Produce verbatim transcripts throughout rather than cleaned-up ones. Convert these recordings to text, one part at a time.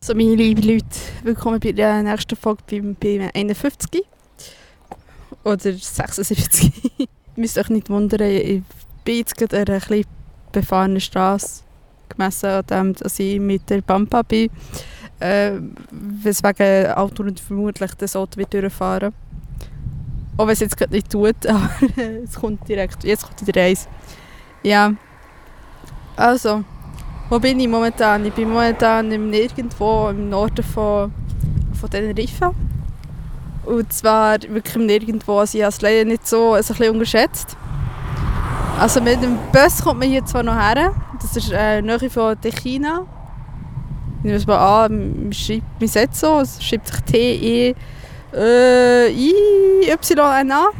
So, meine lieben Leute, willkommen bei der nächsten Folge beim, beim einundfünfzig oder sechsundsiebzig. Ihr müsst euch nicht wundern, ich bin jetzt gerade an einer etwas befahrenen Straße, gemessen an dem, dass ich mit der Pampa bin, äh, weswegen ein Auto vermutlich das Auto wird durchfahren. Auch wenn es jetzt gerade nicht tut, aber es kommt direkt, jetzt kommt wieder eins. Ja, also... Wo bin ich momentan? Ich bin momentan im Nirgendwo im Norden von, von Teneriffa. Und zwar wirklich im Nirgendwo. Also ich habe es leider nicht so also ein bisschen unterschätzt. Also mit dem Bus kommt man hier zwar noch her. Das ist äh, nahe von Techina. Ich nehme es mal an, man schreibt man sagt so. Es schreibt sich T E I Y N A.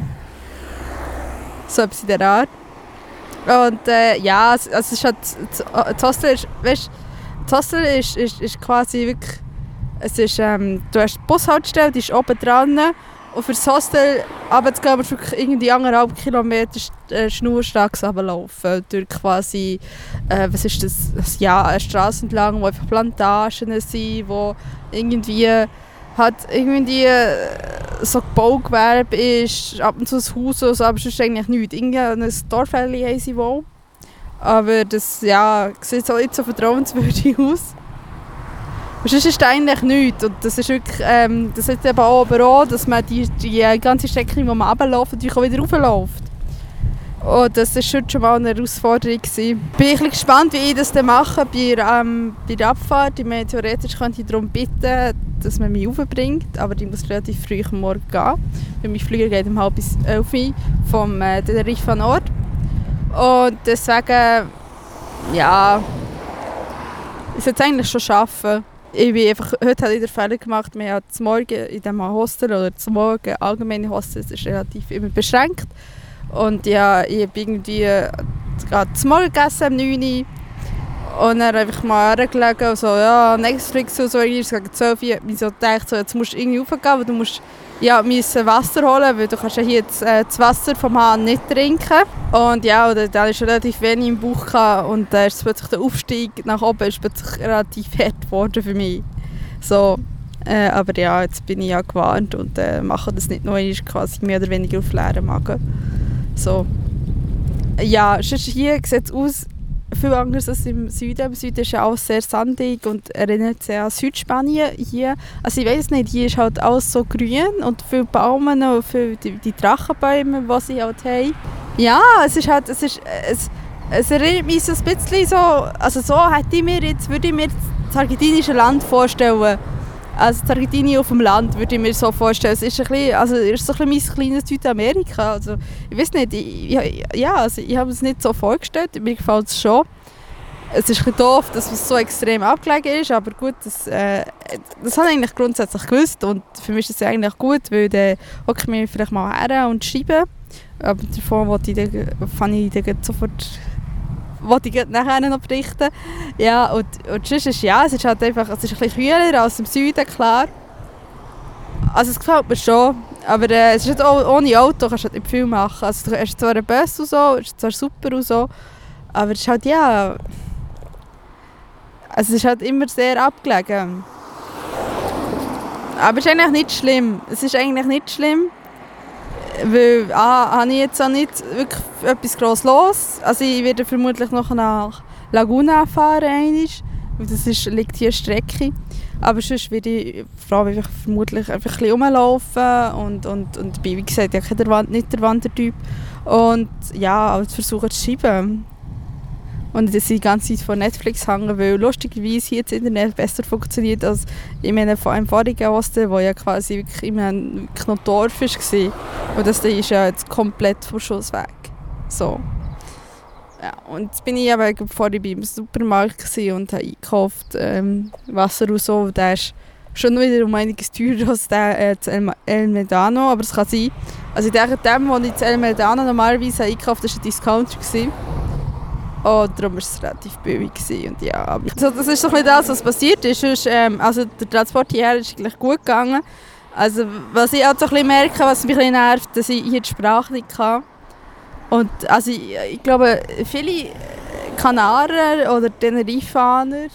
So etwas in der Art. Und äh, ja, es, also es ist halt, das Hostel ist, weißt, das Hostel ist, ist, ist quasi wirklich, es ist, ähm, du hast die Bushaltestelle, die ist oben dran und für das Hostel runterzugehen, musst du wirklich irgendwie anderthalb Kilometer äh, schnurstracks runterlaufen, durch quasi, äh, was ist das, ja, eine Straße entlang, wo einfach Plantagen sind, wo irgendwie hat irgendwie so Baugewerbe ist, ab und zu ein Haus oder so, aber sonst eigentlich nichts. Irgendwie ein Dorfäli haben sie wohl. Aber das ja, sieht so nicht so vertrauenswürdig aus. Und sonst ist das eigentlich nichts. Und das ist wirklich, ähm, das ist eben auch, aber auch, dass man die, die ganze Strecke, die man runterläuft, natürlich auch wieder raufläuft. Und das war schon mal eine Herausforderung. Ich bin ein bisschen gespannt, wie ich das dann mache bei, ähm, bei der Abfahrt. Ich meine, theoretisch könnte ich darum bitten, dass man mich raufbringt, aber ich muss relativ früh am Morgen gehen. Weil mein Flieger geht um halb bis elf vom äh, Teneriffa Nord. Und deswegen, ja, ich sollte es eigentlich schon schaffen. Ich bin einfach, heute habe ich den Fehler gemacht, wir haben zum Morgen in diesem Hostel oder zum Morgen allgemeine Hostel, es ist relativ immer beschränkt. Und ja, ich habe irgendwie gerade zum Morgen gegessen um neun Uhr. Und dann einfach mal hergelegen und so, ja, Netflix und so, irgendwie gegen zwölf Uhr. Ich habe mir so gedacht, so, jetzt musst du irgendwie raufgehen, weil du musst ja, müssen Wasser holen, weil du kannst ja hier jetzt, äh, das Wasser vom Hahn nicht trinken. Und ja, und dann ist relativ wenig im Bauch gehabt, und dann ist plötzlich der Aufstieg nach oben ist plötzlich relativ hart geworden für mich. So, äh, aber ja, jetzt bin ich ja gewarnt und äh, mache das nicht nur, ist quasi mehr oder weniger auf leeren Magen. So. Ja, sonst hier sieht es aus viel anders als im Süden. Im Süden ist ja alles sehr sandig und erinnert sehr an Südspanien hier. Also ich weiß nicht, hier ist halt alles so grün und viele Bäume und viele die, die Drachenbäume, die sie halt haben. Ja, es ist halt, es ist, es, es erinnert mich so ein bisschen so, also so hätte ich mir jetzt, würde ich mir das argentinische Land vorstellen. Also das Argentinien auf dem Land würde ich mir so vorstellen. Es ist, ein bisschen, also es ist so ein bisschen mein kleines Südamerika. Also, ich weiß nicht, ich, ich, ja, also ich habe es nicht so vorgestellt, mir gefällt es schon. Es ist ein bisschen doof, dass es so extrem abgelegen ist, aber gut, das, äh, das habe ich eigentlich grundsätzlich gewusst und für mich ist es eigentlich gut, weil dann hocke ich mir vielleicht mal her und schreibe. Aber davon wollte ich dann, fange ich dann sofort... wollte ich nachher noch berichten. Ja, und, und sonst ist ja, es ist halt einfach, es ist ein bisschen kühler als im Süden, klar. Also es gefällt mir schon, aber äh, es ist halt auch, ohne Auto kannst du halt nicht viel machen. Also du hast zwar einen Bus und so, ist zwar super und so, aber es ist halt, ja... Also es ist halt immer sehr abgelegen. Aber es ist eigentlich nicht schlimm. Es ist eigentlich nicht schlimm. Weil ah, habe ich jetzt auch nicht wirklich etwas gross los. Also ich werde vermutlich noch nach Laguna fahren, einmal, weil das ist, liegt hier eine Strecke. Aber sonst werde ich vor allem einfach vermutlich einfach ein bisschen rumlaufen und, und, und bin, wie gesagt, ja, der Wand, nicht der Wandertyp. Und ja, also versuchen zu schreiben. Und dass ich die ganze Zeit von Netflix hängen, weil lustigerweise hier das Internet besser funktioniert als in meinem vorigen Hostel, wo ja quasi wirklich immer wirklich noch Dorf war. Und das ist ja jetzt komplett vom Schuss weg. So. Ja, und jetzt bin ich aber vorher beim Supermarkt und habe eingekauft, ähm, Wasser und so. Und der ist schon wieder um einiges teurer als der äh, El, El Medano, aber das kann sein. Also ich denke, dem, wo ich das El Medano normalerweise eingekauft habe, war ein Discounter. Oh, darum war es relativ billig. Und ja, aber so, das ist so ein bisschen das, was passiert ist. Sonst, ähm, also der Transport hierher ist eigentlich gut gegangen. Also, was ich auch so ein bisschen merke, was mich ein bisschen nervt, dass ich hier die Sprache nicht kann. Und also ich, ich glaube, viele Kanarier oder Teneriffaner,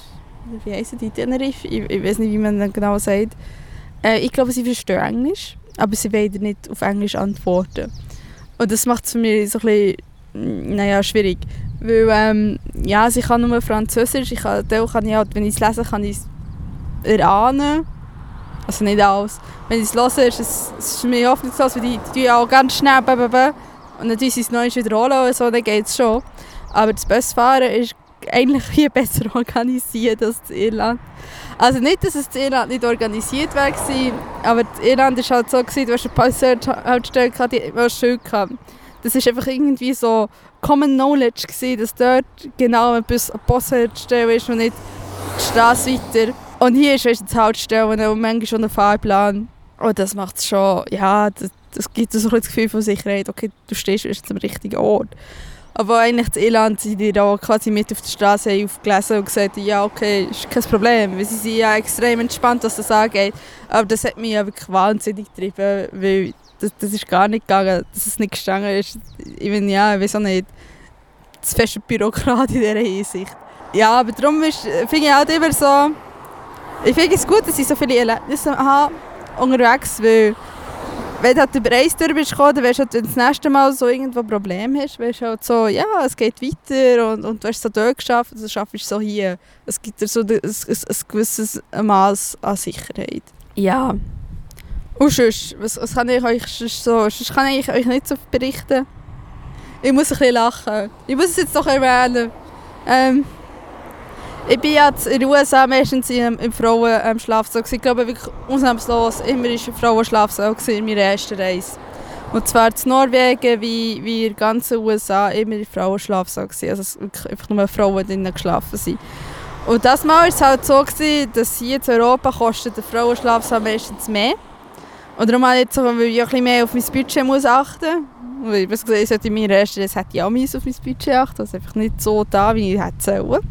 wie heissen die, Tenerife? Ich, ich weiß nicht, wie man das genau sagt. Äh, ich glaube, sie verstehen Englisch, aber sie wollen nicht auf Englisch antworten. Und das macht es für mich so ein bisschen, naja, schwierig. Weil, ähm, ja, sie kann nur Französisch, ich kann, kann ich halt, wenn ich es lese, kann ich es erahnen. Also nicht alles. Wenn ich es höre, ist es, es ist mir oft nicht so, weil die, die auch ganz schnell blablabla, und dann tun sie es noch wiederholen und so, dann geht es schon. Aber das Busfahren ist eigentlich viel besser organisiert als in Irland. Also nicht, dass es in Irland nicht organisiert war, aber in Irland war halt so, du hast eine Bushaltestelle gehabt, die war schön gehabt. Das war einfach irgendwie so Common Knowledge gewesen, dass dort genau eine Bushaltestelle ist und nicht die Straße weiter. Und hier ist weißt, die Haltestelle und manchmal schon ein Fahrplan. Und das macht es schon, ja, das, das gibt so ein Gefühl von Sicherheit, okay, du stehst jetzt am richtigen Ort. Aber eigentlich in Irland sind die da quasi mit auf der Straße aufgelesen und gesagt, ja okay, ist kein Problem, weil sie sind ja extrem entspannt, was das angeht. Aber das hat mich ja wirklich wahnsinnig getrieben, weil das, das ist gar nicht gegangen, dass es nicht gegangen ist. Ich meine, ja, ich weiß auch nicht, das feste Bürokrat in dieser Hinsicht. Ja, aber darum finde ich halt immer so, ich finde es gut, dass ich so viele Erlebnisse habe unterwegs, weil wenn du halt über eins durch bist gekommen, dann weißt du, halt, wenn du das nächste Mal so irgendwo Probleme hast, weißt du halt so, ja, es geht weiter und, und du hast es so dort geschafft, also schaffst du es so hier. Es gibt dir so ein, ein, ein gewisses Maß an Sicherheit. Ja. Und sonst, was, was kann ich euch sonst so, sonst kann ich euch nicht so berichten. Ich muss ein bisschen lachen. Ich muss es jetzt noch erwähnen. Ähm, Ich bin jetzt in den U S A meistens im, im Frauenschlafsaal. Ich glaube wirklich ausnahmslos immer war ein Frauenschlafsaal in meiner ersten Reise. Und zwar in Norwegen wie, wie in den ganzen U S A immer ein Frauenschlafsaal. Also es wirklich einfach nur Frauen drinnen geschlafen sind. Und das Mal war es halt so, dass hier in Europa kostet der Frauenschlafsaal meistens mehr. Und darum habe ich jetzt so, weil ich ein bisschen mehr auf mein Budget muss achten muss. Ich habe gesagt, ich sollte in meiner ersten Reise hätte ich auch auf mein Budget achten. Also einfach nicht so da, wie ich hätte sollen.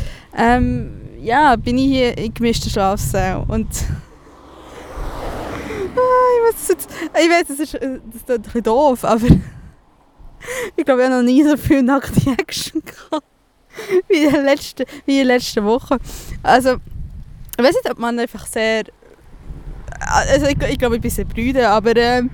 Ähm, ja, bin ich hier in gemischten Schlafsälen und ah, ich weiß, jetzt, ich weiß, das ist, das ist ein bisschen doof, aber ich glaube, ich habe noch nie so viel nackte Action gehabt wie in den letzten, wie in den letzten Wochen. Also, ich weiß nicht, ob man einfach sehr, also ich, ich glaube, ich bin sehr brüde, aber ähm,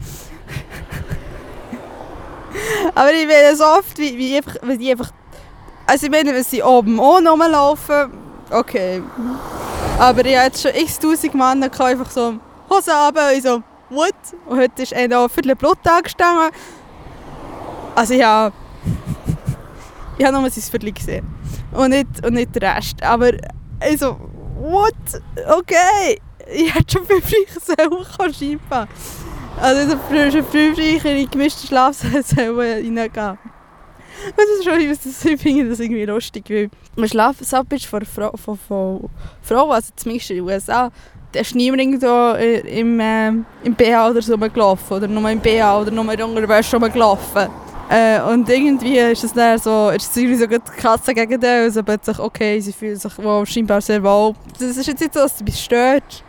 aber ich meine so oft, wie, wie, einfach, wie die einfach. Also ich meine, wenn sie oben ohne rumlaufen, okay. Aber ich hatte jetzt schon x-tausend Mann einfach so Hose runter und ich so, what? Und heute ist einer für den Blut angestanden. Also ja, ich habe nur sein Viertel gesehen und nicht, und nicht den Rest. Aber ich so, what? Okay. Ich hätte schon viel früher selber Skifahren. Also schon früh früher in gemischte Schlafsäle reingehen. Und das ist schon, ich finde das irgendwie lustig, weil man Schlafsaal ist von, von, von, von Frauen, also zumindest in den U S A, da ist niemand irgendwo im, äh, im B H oder so rumgelaufen, oder nur im B H oder nur in der Unterwäsche rumgelaufen. Äh, und irgendwie ist es dann so, ist es irgendwie so die Katze gegen den, also plötzlich, okay, sie fühlen sich wow, scheinbar sehr wohl. Das ist jetzt nicht so, dass du bist stört.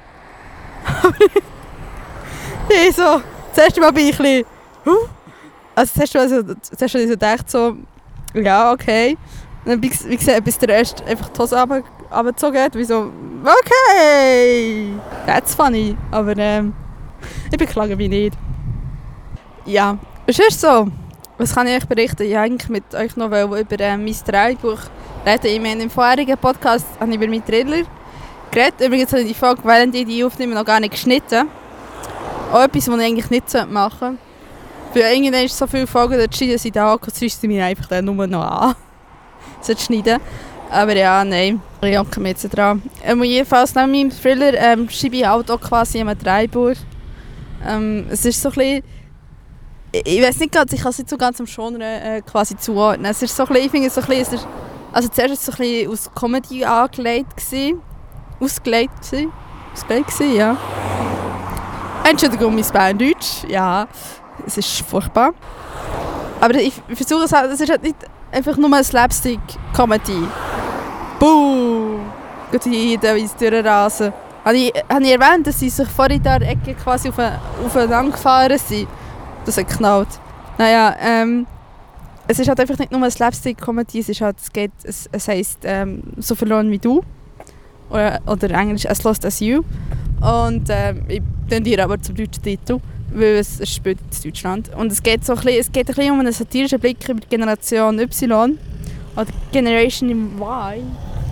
ich so, das erste Mal bin ich ein bisschen, huh? Also das erste Mal so, das erste Mal so gedacht, so, ja, okay. Und dann, wie gesagt, bis der Rest einfach die Hose runtergezogen hat, wie so, okay, that's funny. Aber ähm, ich beklage mich nicht. Ja, es ist so. Was kann ich euch berichten? Ich wollte eigentlich mit euch noch über äh, mein Drehbuch reden. Ich meine, im vorherigen Podcast habe ich über meinen Trailer geredet. Übrigens habe ich die Folge, während ich die aufnehme, noch gar nicht geschnitten. Auch etwas, was ich eigentlich nicht machen sollte. Weil irgendwann ist so viele Folgen, dass schneiden sie da und sonst sie mich einfach dann nur noch an. zu schneiden. Aber ja, nein, ich hocke mich jetzt dran. Ähm, jedenfalls neben meinem Thriller ähm, schreibe ich halt auch quasi ein Drehbuch. Ähm, es ist so ein bisschen, ich, ich weiß nicht ganz, ich kann es nicht so ganz am Genre äh, quasi zuordnen. Es ist so ein bisschen, ich finde es so ein bisschen, es ist, also zuerst war es so ein bisschen aus Comedy angelegt gewesen. Ausgelegt gewesen. Ausgelegt gewesen, ja. Entschuldigung, mein Berndeutsch, ja. Es ist furchtbar. Aber ich versuche es halt, es ist halt nicht einfach nur eine Slapstick-Comedy. Buh! Geht jeder ins Durchrasen. Habe ich, habe ich erwähnt, dass sie sich vorhin in der Ecke quasi auf, aufeinander gefahren sind? Das hat geknallt. Naja, ähm, es ist halt einfach nicht nur eine Slapstick-Comedy, es ist halt, es geht, es, es heisst ähm, «So verloren wie du». Oder, oder Englisch «As Lost As You». Und ähm, ich tendiere aber zum deutschen Titel, weil es, es spielt in Deutschland. Und es geht, so ein bisschen, es geht ein bisschen um einen satirischen Blick über die Generation Y oder Generation Y.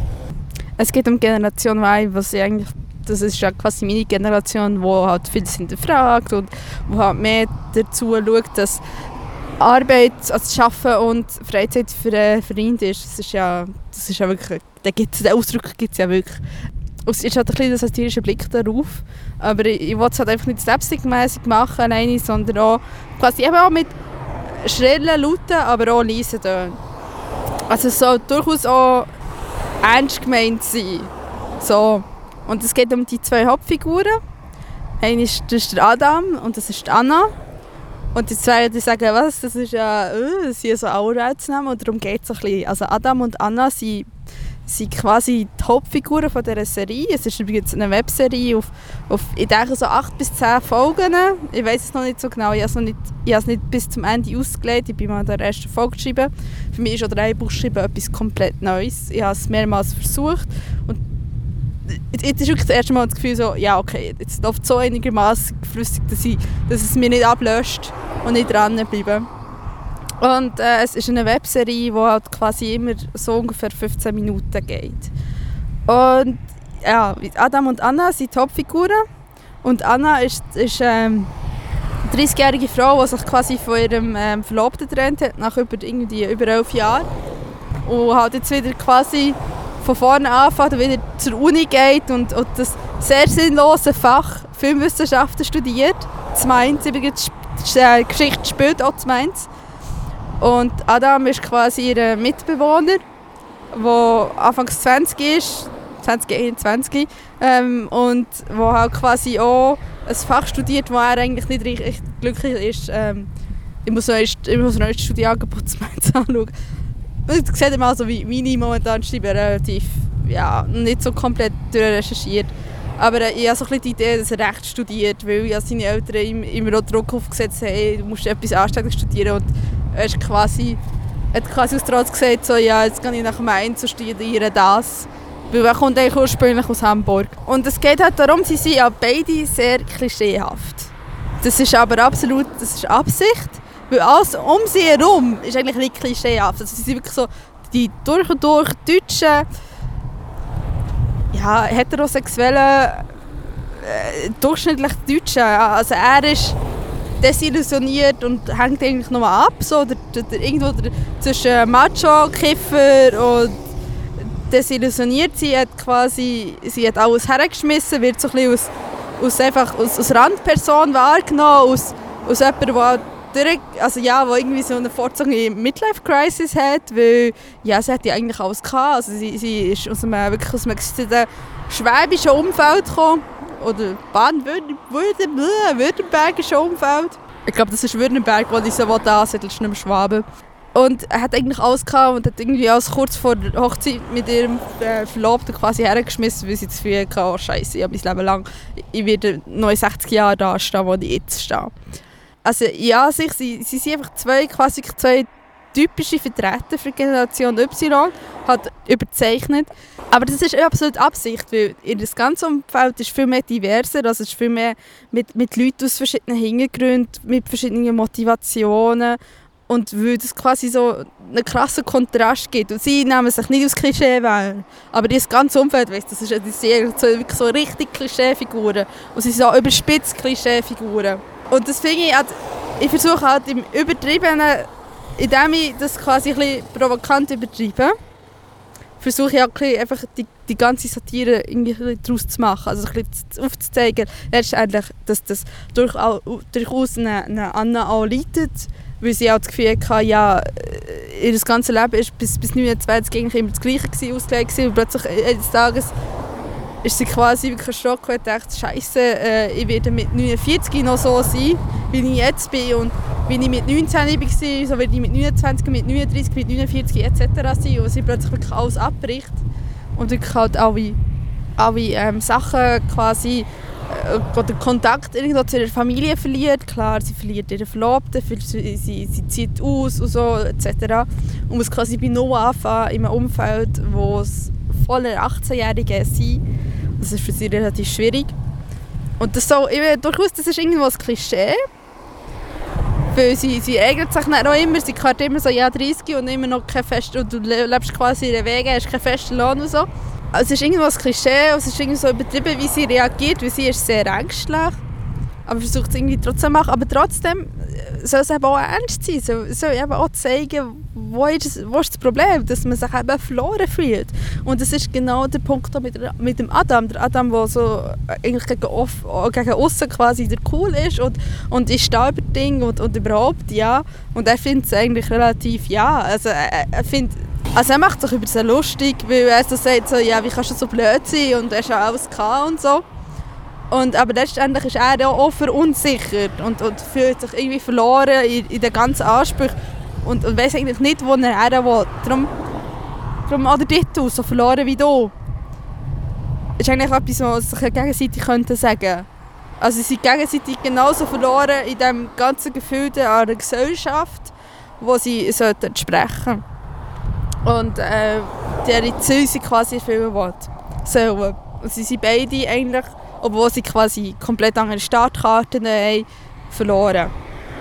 Es geht um Generation Y, was ich eigentlich, das ist ja quasi meine Generation, die halt vieles hinterfragt und wo halt mehr dazu schaut, dass Arbeit, also Arbeiten und Freizeit vereint ist. Das ist ja, das ist ja wirklich, den, gibt's, den Ausdruck gibt es ja wirklich. Es ist halt ein bisschen der satirische Blick darauf. Aber ich, ich will es halt einfach nicht slapstick-mässig machen, alleine, sondern auch quasi eben auch mit schrillen, lauten, aber auch leisen Tönen. Also es soll durchaus auch ernst gemeint sein. So. Und es geht um die zwei Hauptfiguren. Eine ist, das ist der Adam und das ist die Anna. Und die zwei die sagen, was, das ist ja uh, das sind so Allratsnamen. Und darum geht es ein bisschen. Also Adam und Anna sind, sind quasi die Hauptfiguren von dieser Serie. Es ist übrigens eine Webserie auf, auf ich denke, so acht bis zehn Folgen. Ich weiß es noch nicht so genau. Ich habe es, noch nicht, ich habe es nicht bis zum Ende ausgelegt. Ich bin mal an der ersten Folge geschrieben. Für mich ist auch drei Buchschreiben etwas komplett Neues. Ich habe es mehrmals versucht. Und jetzt ist wirklich das erste Mal das Gefühl so, ja okay, jetzt läuft so einigermaßen flüssig, dass, ich, dass es mir nicht ablöscht und nicht dranbleibe. Und äh, es ist eine Webserie, die halt quasi immer so ungefähr fünfzehn Minuten geht. Und ja, Adam und Anna sind die Hauptfiguren. Und Anna ist, ist ähm, eine dreißigjährige Frau, die sich quasi von ihrem ähm, Verlobten getrennt hat, nach über, irgendwie über elf Jahren. Und halt jetzt wieder quasi von vorne anfängt und wieder zur Uni geht und, und das sehr sinnlose Fach Filmwissenschaften studiert. Das Mainz, übrigens die Geschichte spielt auch zu Mainz. Und Adam ist quasi ihr Mitbewohner, der Anfangs zwanzig ist, zwanzig einundzwanzig, ähm, und der halt quasi auch ein Fach studiert, wo er eigentlich nicht richtig glücklich ist. Ähm, ich muss noch ein Studienangebot zu Mainz anschauen. Ich sehe mal so, wie meine momentan schreiben, relativ, ja, nicht so komplett durchrecherchiert. Aber äh, ich habe so ein bisschen die Idee, dass er Recht studiert, weil ja seine Eltern ihm immer auch Druck aufgesetzt haben, hey, du musst etwas Anständiges studieren. Und er ist quasi, hat quasi aus Trotz gesagt, so, ja, jetzt gehe ich nach Mainz und studiere das. Weil er kommt eigentlich ursprünglich aus Hamburg. Und es geht halt darum, sie sind ja beide sehr klischeehaft. Das ist aber absolut, das ist Absicht. Weil alles um sie herum ist eigentlich nicht klischeehaft. Also sie sind wirklich so die durch und durch deutschen, ja, heterosexuellen, äh, durchschnittlich Deutschen. Also er ist desillusioniert und hängt eigentlich nur ab. So, der, der, der, irgendwo der, zwischen Macho, Kiffer und desillusioniert. Sie hat quasi sie hat alles hergeschmissen, wird so ein bisschen aus, aus, einfach, aus, aus Randperson wahrgenommen, aus, aus jemandem, der Durch, also ja, wo irgendwie so eine vorzogene Midlife-Crisis hat, weil ja, sie hat ja eigentlich alles gehabt. Also sie, sie ist aus einem, wirklich aus einem schwäbischen Umfeld gekommen, oder baden-württembergischen Umfeld. Ich glaube, das ist Württemberg, wo ich so ansiedeln, das ist nicht mehr Schwaben. Und er hat eigentlich alles gehabt und hat irgendwie alles kurz vor der Hochzeit mit ihrem äh, Verlobten quasi hergeschmissen, weil sie das Gefühl hatte, oh Scheiße, ich habe mein Leben lang, ich werde noch in sechzig Jahren da stehen, wo ich jetzt stehe. Also ja, sie, sie, sie sind einfach zwei, quasi zwei typische Vertreter für die Generation Y, halt überzeichnet. Aber das ist absolut Absicht, weil das ganze Umfeld ist viel mehr diverser, also es ist viel mehr mit, mit Leuten aus verschiedenen Hintergründen, mit verschiedenen Motivationen und weil es quasi so einen krassen Kontrast gibt. Und sie nehmen sich nicht aus Klischee wählen, aber das ganze Umfeld, weißt, das, ist, das sind so, wirklich so richtig Klischeefiguren und sie sind so überspitzt Klischeefiguren. Und das finde ich, ich versuche halt im Übertriebenen, indem ich das quasi ein bisschen provokant übertreibe, versuche ich halt einfach die, die ganze Satire irgendwie daraus zu machen, also ein bisschen aufzuzeigen, letztendlich, dass das durchaus, durchaus eine, eine Anna auch leidet, weil sie auch das Gefühl hatte, ja, ihr ganzes Leben ist bis, bis neunundzwanzig eigentlich immer das Gleiche gewesen, ausgelegt gewesen, und plötzlich eines Tages ist sie quasi wirklich erschrocken und dachte, Scheisse, äh, ich werde mit neunundvierzig noch so sein, wie ich jetzt bin. Und wie ich mit neunzehn war, so werde ich mit neunundzwanzig, mit neununddreißig, mit neunundvierzig et cetera sein. Und sie plötzlich wirklich alles abbricht. Und wirklich halt alle, alle ähm, Sachen quasi, äh, oder Kontakt irgendwo zu ihrer Familie verliert. Klar, sie verliert ihren Verlobten, sie, sie, sie zieht aus und so et cetera. Und muss quasi bei Null anfangen, in einem Umfeld, wo es voller achtzehnjährige sein. Das ist für sie relativ schwierig. Und das, so, ich, durchaus, das ist irgendwo ein Klischee. Weil sie, sie eignet sich nicht noch immer, sie gehört immer so, ja, dreißig und immer noch kein festen, und du lebst quasi in den Wegen, hast keinen festen Lohn und so. Also es ist irgendwo ein Klischee, es ist irgendwie so übertrieben, wie sie reagiert, weil sie ist sehr ängstlich. Aber versucht es irgendwie trotzdem zu machen. Aber trotzdem soll es eben auch ernst sein. Soll, soll eben auch zeigen, wo ist, wo ist das Problem, dass man sich eben verloren fühlt. Und das ist genau der Punkt mit, mit dem Adam. Der Adam, der so eigentlich gegen, off, gegen aussen quasi der cool ist und, und ist da über Ding und, und überhaupt, ja. Und er findet es eigentlich relativ, ja. Also er, er findet, also er macht sich über sie lustig, weil er so sagt, so, ja, wie kannst du so blöd sein und er hat alles gehabt und so. Und, aber letztendlich ist er ja auch verunsichert und, und fühlt sich irgendwie verloren in, in den ganzen Ansprüchen und, und weiss eigentlich nicht, wo er her will. Darum, darum auch der Titel, so verloren wie du. Das ist eigentlich etwas, was sich gegenseitig könnte sagen. Also sie sind gegenseitig genauso verloren in dem ganzen Gefühl einer Gesellschaft, wo sie sollten sprechen und äh, deren Ziele sie quasi erfüllen wollen. sollen. Und sie sind beide eigentlich, obwohl sie quasi komplett andere Startkarten haben, verloren.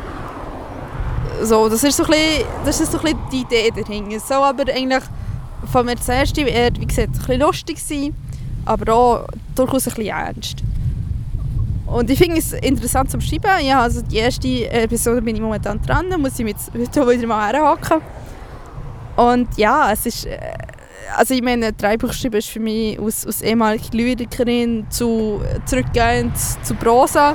So, das ist so ein bisschen, das ist so ein bisschen die Idee dahinter. So, aber eigentlich von mir das erste eher, wie gesagt, ein bisschen lustig sein, aber auch durchaus ein bisschen ernst. Und ich finde es interessant zum Schreiben. Ja, also die erste Episode bin ich momentan dran, muss ich mich jetzt heute wieder mal herhocken. Und ja, es ist, also ich meine, Drehbuchschreiben ist für mich aus, aus ehemaliger Lyrikerin zu zurückgehend zu Prosa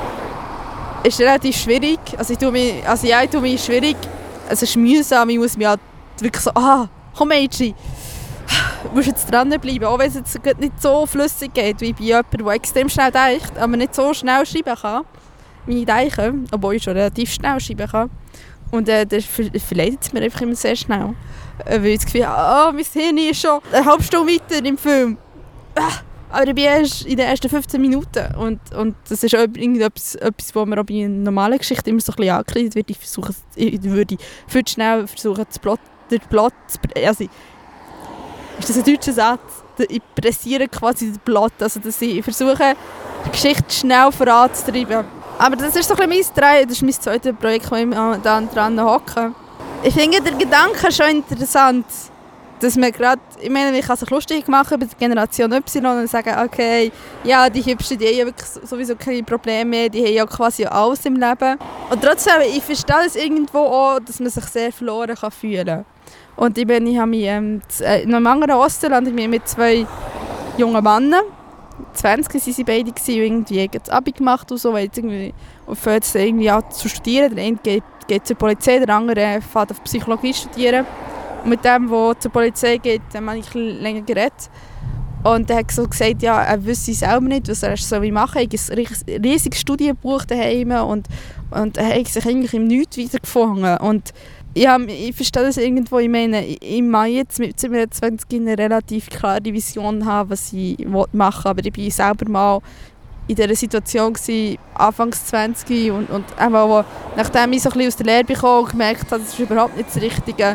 ist relativ schwierig. Also ich tue mich, also ja, ich tue mich schwierig. Es ist mühsam, ich muss mich halt wirklich so, ah, komm Mädchen, du musst jetzt dranbleiben, auch wenn es jetzt nicht so flüssig geht, wie bei jemandem, der extrem schnell denkt, aber nicht so schnell schreiben kann, wie ich denke, obwohl ich schon relativ schnell schreiben kann. Und äh, das verleidet es mir einfach immer sehr schnell. Äh, weil ich das Gefühl habe, ah, mein Hirn ist schon eine halbe Stunde weiter im Film. Ah, aber ich bin erst in den ersten fünfzehn Minuten. Und, und das ist auch irgendetwas, etwas, was mir auch bei einer normalen Geschichte immer so ein bisschen angekreidet wird. Ich, versuche, ich würde viel zu schnell versuchen, den Plot, den Plot zu... Also, ist das ein deutscher Satz? Ich pressiere quasi den Plot. Also, dass ich versuche, die Geschichte schnell voranzutreiben. Aber das ist so ein bisschen mein Drei, das ist mein zweites Projekt, wo ich da dran hocke. Ich finde den Gedanken schon interessant, dass man gerade, ich meine, ich kann sich lustig machen über die Generation Y und sagen, okay, ja, die Hübschen, die haben ja wirklich sowieso keine Probleme mehr, die haben ja quasi alles im Leben. Und trotzdem, ich verstehe es irgendwo auch, dass man sich sehr verloren kann fühlen. Und ich, bin, ich habe mich ähm, in einem anderen Osterland ich mich mit zwei jungen Männern, zwanzig waren sie beide und irgendwie haben das Abi gemacht und so, weil jetzt irgendwie aufhört sie irgendwie auch zu studieren. Der eine geht, geht zur Polizei, der andere fährt auf Psychologie studieren. Und mit dem, der zur Polizei geht, habe ich ein länger geredet. Und er hat so gesagt, ja, er wüsste selber nicht, was er so machen will. Er hat ein riesiges Studienbuch daheim und, und er hat sich eigentlich im Nichts wiedergefunden. Und ja, ich verstehe das irgendwo. Ich meine, ich mag jetzt mit siebenundzwanzig eine relativ klare Vision haben, was ich machen will. Aber ich war selber mal in dieser Situation gewesen, Anfangs zwanzig und, und auch, nachdem ich so ein bisschen aus der Lehre bekam und gemerkt habe, das ist überhaupt nicht das Richtige.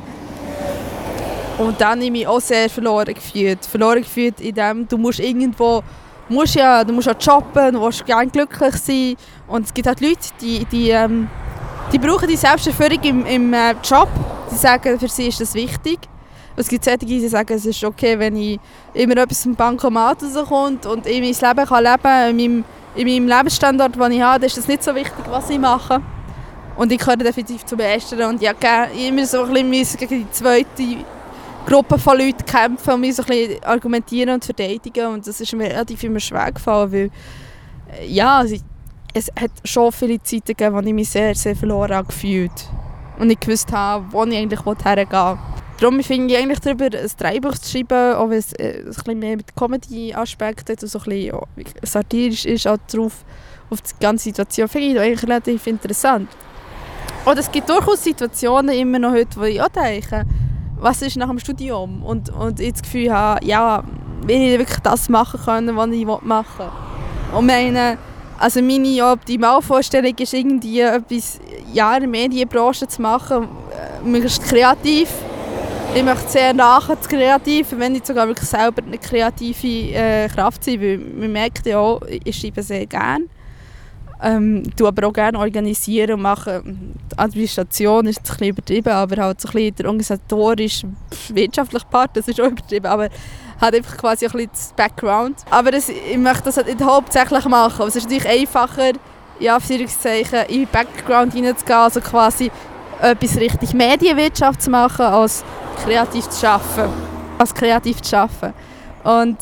Und dann habe ich mich auch sehr verloren gefühlt. Verloren gefühlt in dem, du musst irgendwo, musst ja, du musst ja jobben, du willst gerne glücklich sein. Und es gibt halt Leute, die, die, ähm, die brauchen die Selbsterfüllung im, im äh, Job. Die sagen, für sie ist das wichtig. Und es gibt solche, die sagen, es ist okay, wenn ich immer etwas vom Bankomat rauskommt und ich mein Leben kann leben kann, in meinem, in meinem Lebensstandard, den ich habe, dann ist das nicht so wichtig, was ich mache. Und ich gehöre definitiv zum Ersteren. Und ich habe immer so ein bisschen gegen die zweite Gruppe von Leuten kämpfen und mich so ein bisschen argumentieren und verteidigen. Und das ist mir relativ immer schwer gefallen, weil ja, also, es hat schon viele Zeiten gegeben, wo ich mich sehr, sehr verloren habe gefühlt. Und ich gewusst habe, wo ich eigentlich hergehen will. Darum finde ich eigentlich darüber, ein Drehbuch zu schreiben, auch wenn es äh, ein bisschen mehr mit Comedy-Aspekten hat und so ein bisschen ja, satirisch ist auch drauf, auf die ganze Situation, finde ich eigentlich relativ interessant. Und es gibt durchaus Situationen immer noch heute, wo ich auch denke, was ist nach dem Studium? Und, und ich das Gefühl habe, ja, will ich wirklich das machen können, was ich machen will. Und meine, also meine Optimalvorstellung ist irgendwie etwas ja, in der Medienbranche zu machen, möglichst kreativ. Ich möchte sehr nach das Kreative, wenn nicht sogar wirklich selber eine kreative äh, Kraft sein, weil man merkt ja auch, ich schreibe sehr gerne. Ähm, tue aber auch gerne organisieren und machen. Die Administration ist ein bisschen übertrieben, aber halt so ein bisschen der organisatorische, wirtschaftliche Part, das ist auch übertrieben, aber hat einfach quasi ein bisschen das Background. Aber das, ich möchte das halt nicht hauptsächlich machen. Es ist natürlich einfacher, in Anführungszeichen, in den Background hineinzugehen, also quasi etwas richtig Medienwirtschaft zu machen, als kreativ zu arbeiten. Als kreativ zu arbeiten. Und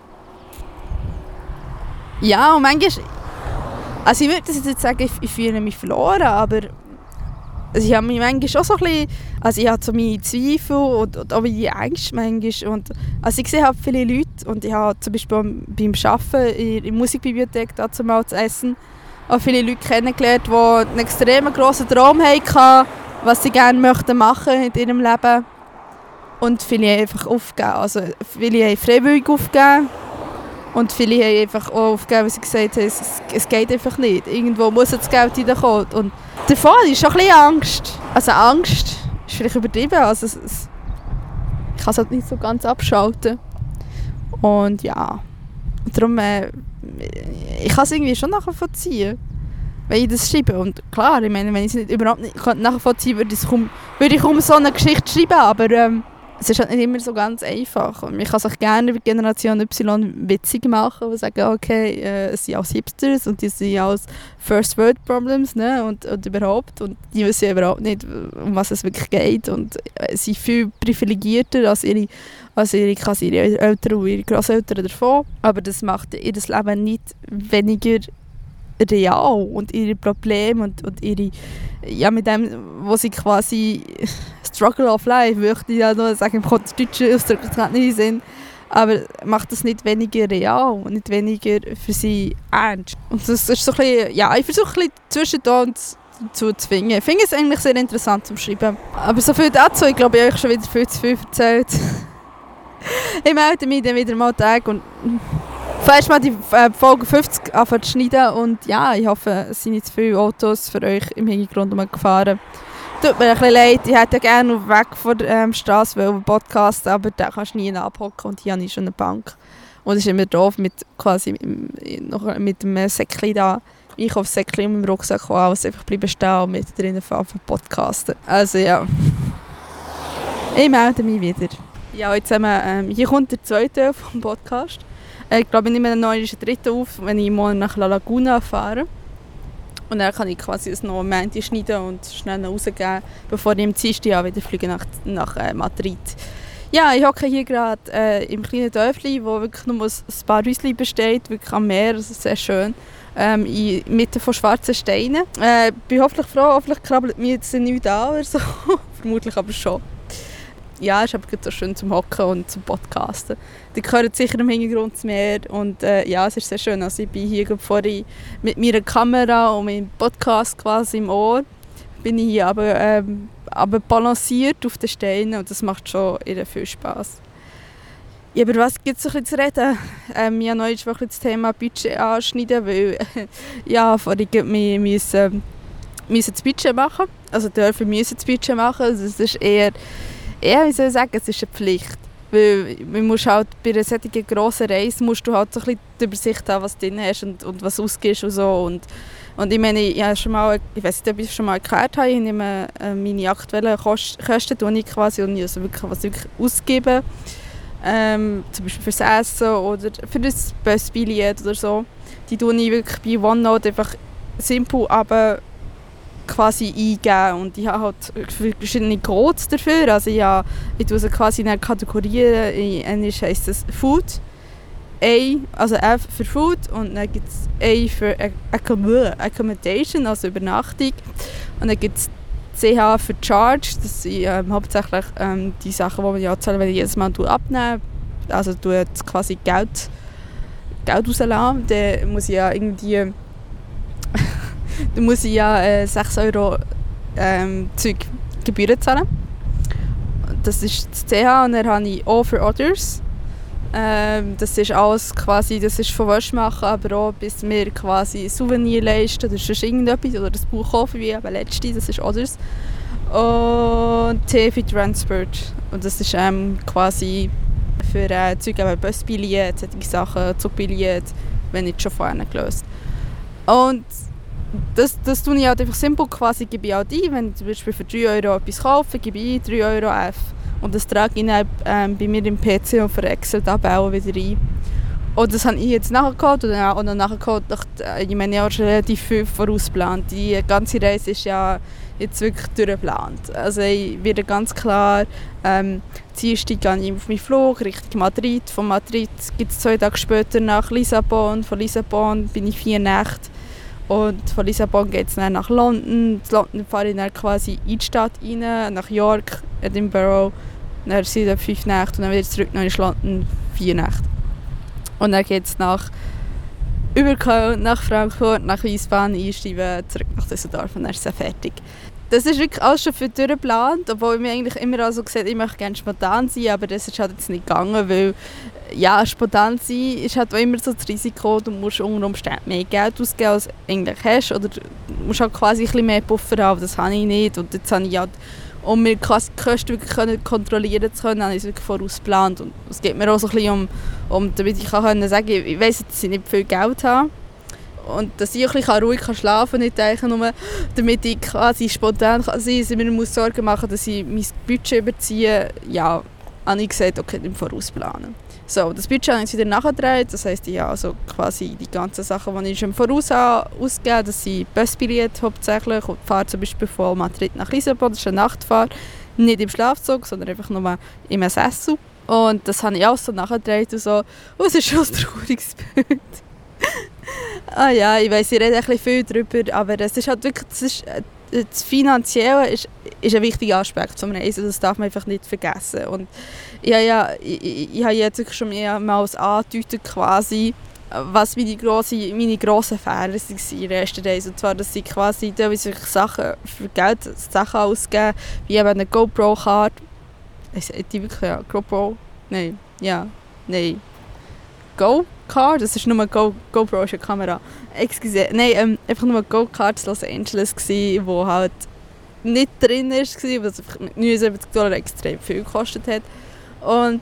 ja, und manchmal, also ich würde das jetzt sagen, ich, ich fühle mich verloren, aber also ich habe mich manchmal auch so ein bisschen, also ich habe so meine Zweifel und, und auch meine Ängste manchmal. Und, also ich sehe halt viele Leute und ich habe zum Beispiel beim Arbeiten in der Musikbibliothek dazu mal zu essen auch viele Leute kennengelernt, die einen extrem grossen Traum hatten, was sie gerne möchten machen in ihrem Leben. Und viele haben einfach aufgegeben. Also viele haben freiwillig aufgegeben. Und viele haben einfach auch aufgegeben, weil sie gesagt haben, es, es geht einfach nicht. Irgendwo muss das Geld reinkommen. Und davon ist schon ein bisschen Angst. Also Angst ist vielleicht übertrieben. Also es, es, ich kann es halt nicht so ganz abschalten. Und ja, und darum, äh, ich kann es irgendwie schon nachvollziehen, wenn ich das schreibe. Und klar, ich meine, wenn ich es nicht, überhaupt nicht nachvollziehen könnte, würde, kaum, würde ich kaum so eine Geschichte schreiben. Aber ähm, es ist halt nicht immer so ganz einfach. Und man kann sich gerne über Generation Y witzig machen und sagen, okay, äh, es sind alles Hipsters und die sind alles First World Problems, ne? und, und überhaupt. Und die wissen überhaupt nicht, um was es wirklich geht. Und äh, sind viel privilegierter als ihre, als ihre, quasi ihre Eltern und ihre Grosseltern davon. Aber das macht ihr Leben nicht weniger real und ihre Probleme und, und ihre, ja, mit dem, wo sie quasi Struggle of Life, möchte ich ja nur sagen, im Deutschen Ausdruck, das kann nicht sein, aber macht das nicht weniger real und nicht weniger für sie ernst. Und das ist so ein bisschen, ja, ich versuche ein bisschen zwischen da und zu zwingen. Ich finde es eigentlich sehr interessant zum Schreiben. Aber so viel dazu, ich glaube, ich habe euch schon wieder viel zu viel erzählt. Ich melde mich dann wieder mal Tag und Vielleicht mal die äh, Folge fünfzig anfangen zu schneiden und ja, ich hoffe, es sind nicht zu viele Autos für euch im Hintergrund gefahren. Tut mir ein bisschen leid, ich hätte gerne weg von der ähm, Straße Podcast, aber da kannst du nie abhocken und hier habe ich schon eine Bank. Und es ist immer doof mit, quasi, mit, noch mit dem Säckchen da. Ich auf Säckchen und meinem Rucksack und alles einfach bleiben stehen und mit drinnen fahren podcasten. Also ja, ich melde mich wieder. Ja, jetzt haben wir, ähm, hier kommt der zweite Teil vom Podcast. Ich glaube, ich nehme den neuen dritten auf, wenn ich morgen nach La Laguna fahre. Und dann kann ich quasi das noch am Montag schneiden und schnell rausgeben, bevor ich am Dienstag wieder fliege nach, nach äh, Madrid. Ja, ich hocke hier gerade äh, im kleinen Dörfli, wo wirklich nur ein paar Häuschen besteht, wirklich am Meer, das ist sehr schön, ähm, in Mitte von schwarzen Steinen. Ich äh, bin hoffentlich froh, hoffentlich krabbelt mir jetzt nichts an oder so, vermutlich aber schon. Ja, es ist aber so schön zum Hocken und zum Podcasten. Die hören sicher im Hintergrund das Meer und äh, ja, es ist sehr schön. Also ich bin hier vorhin mit meiner Kamera und meinem Podcast quasi im Ohr, bin ich hier aber, ähm, aber balanciert auf den Steinen und das macht schon irre viel Spass. Ja, aber was gibt es noch zu reden? Ähm, ich wollte noch das Thema Budget anschneiden, weil ja, vorhin wir müssen, müssen das Budget machen, also dürfen müssen das Budget machen. Also es ist eher Ja, wie soll ich sagen, es ist eine Pflicht. Weil man muss halt bei einer solchen grossen Reise musst du halt so ein bisschen die Übersicht haben, was du drin hast und, und was ausgibst und so. Und, und ich meine, ich, habe schon mal, ich weiß nicht, ob ich es schon mal erklärt habe, ich nehme äh, meine aktuellen Kost, Kosten die ich quasi und ich also wirklich, was ich wirklich ausgebe. Ähm, zum Beispiel fürs Essen oder für das Busbillett oder so. Die tue ich wirklich bei OneNote einfach simpel, aber quasi eingeben und ich habe halt verschiedene Codes dafür, also ich, habe, ich tue sie quasi in Kategorien, in Englisch heisst es Food, A, also F für Food und dann gibt es A für Accommodation, also Übernachtung und dann gibt es C H für Charge, das sind ähm, hauptsächlich ähm, die Sachen, die man ja zahlen, wenn ich jedes Mal abnehme, also tue jetzt quasi Geld, Geld rauslassen, dann muss ich ja irgendwie Da muss ich ja äh, sechs Euro ähm, Zeug Gebühren zahlen. Das ist das C H und dann habe ich O for Others. Ähm, das ist alles quasi, das ist von Wäsche machen, aber auch bis wir quasi Souvenir leisten oder sonst irgendetwas oder das Buch kaufen, wie eben letzte, das ist Others. Und T für Transport. Und das ist ähm, quasi für äh, Zeug, eben Busbillett, solche Sachen, Zugbillett, wenn nicht schon vorher gelöst. Und das, das tue ich halt einfach simpel, quasi gebe ich halt ein, wenn ich zum Beispiel für drei Euro etwas kaufe, gebe ich ein, drei Euro F. Und das trage ich dann ähm, bei mir im P C und für Excel-Tabellen wieder ein. Und das habe ich jetzt nachgeholt oder auch noch nachgeholt. Ich meine, ich habe schon relativ viel vorausgeplant. Die ganze Reise ist ja jetzt wirklich durchgeplant. Also ich werde ganz klar, ähm, Dienstag gehe ich auf meinen Flug Richtung Madrid. Von Madrid gibt es zwei Tage später nach Lissabon. Von Lissabon bin ich vier Nächte. Und von Lissabon geht es dann nach London. In London fahre ich dann quasi in die Stadt rein, nach York, Edinburgh. Dann sind es fünf Nächte und dann wieder zurück nach London, vier Nächte. Und dann geht es nach über Köln, nach Frankfurt, nach Wiesbaden, einsteigen, zurück nach Düsseldorf und dann ist es fertig. Das ist wirklich alles schon viel durchgeplant, obwohl ich mir eigentlich immer also gesagt, ich möchte gerne spontan sein, aber das ist halt jetzt nicht gegangen, weil ja, spontan sein ist halt auch immer so das Risiko, du musst unter Umständen mehr Geld ausgeben, als du eigentlich hast, oder du musst halt quasi ein bisschen mehr Puffer haben, das habe ich nicht und jetzt habe ich halt, um mir quasi die Kosten wirklich kontrollieren zu können, habe ich es wirklich vorausgeplant und es geht mir auch so ein bisschen um, um damit ich kann können sagen, ich weiss, dass ich nicht viel Geld habe und dass ich ein bisschen ruhig schlafen kann, nicht denken, nur damit ich quasi spontan kann sein kann, dass ich mir muss Sorgen machen, dass ich mein Budget überziehe, ja, habe ich gesagt, okay, nicht vorausplanen. So, das Budget habe ich wieder nachgedreht, das heisst, ich habe also quasi die ganzen Sachen, die ich schon voraus habe, ausgegeben, das sind Busbillette hauptsächlich, ich fahre zum Beispiel von Madrid nach Lissabon, das ist eine Nachtfahrt, nicht im Schlafzug, sondern einfach nur im Sessel. Und das habe ich auch so nachgedreht und so, und es ist schon ein trauriges Bild. ah ja, ich weiss, ich rede ein bisschen viel darüber, aber es ist halt wirklich, das ist, das Finanzielle ist, ist ein wichtiger Aspekt vom Reisen, das darf man einfach nicht vergessen. Und ich habe ja, ich, ich habe jetzt wirklich schon mehrmals angedeutet, quasi, was meine grossen, meine grossen Fehler waren in der ersten Reise. Und zwar, dass ich quasi teilweise Sachen für Geld Sachen ausgeben, wie eben eine GoPro-Card. Ist die wirklich, ja, GoPro? Nein, ja, nein. Go-Card? Das ist nur Go, GoPro, ist eine Kamera. Excuse, nein, ähm, einfach nur Go-Card in Los Angeles gsi, wo halt nicht drin war, was mit neunundsiebzig Dollar extrem viel gekostet hat. Und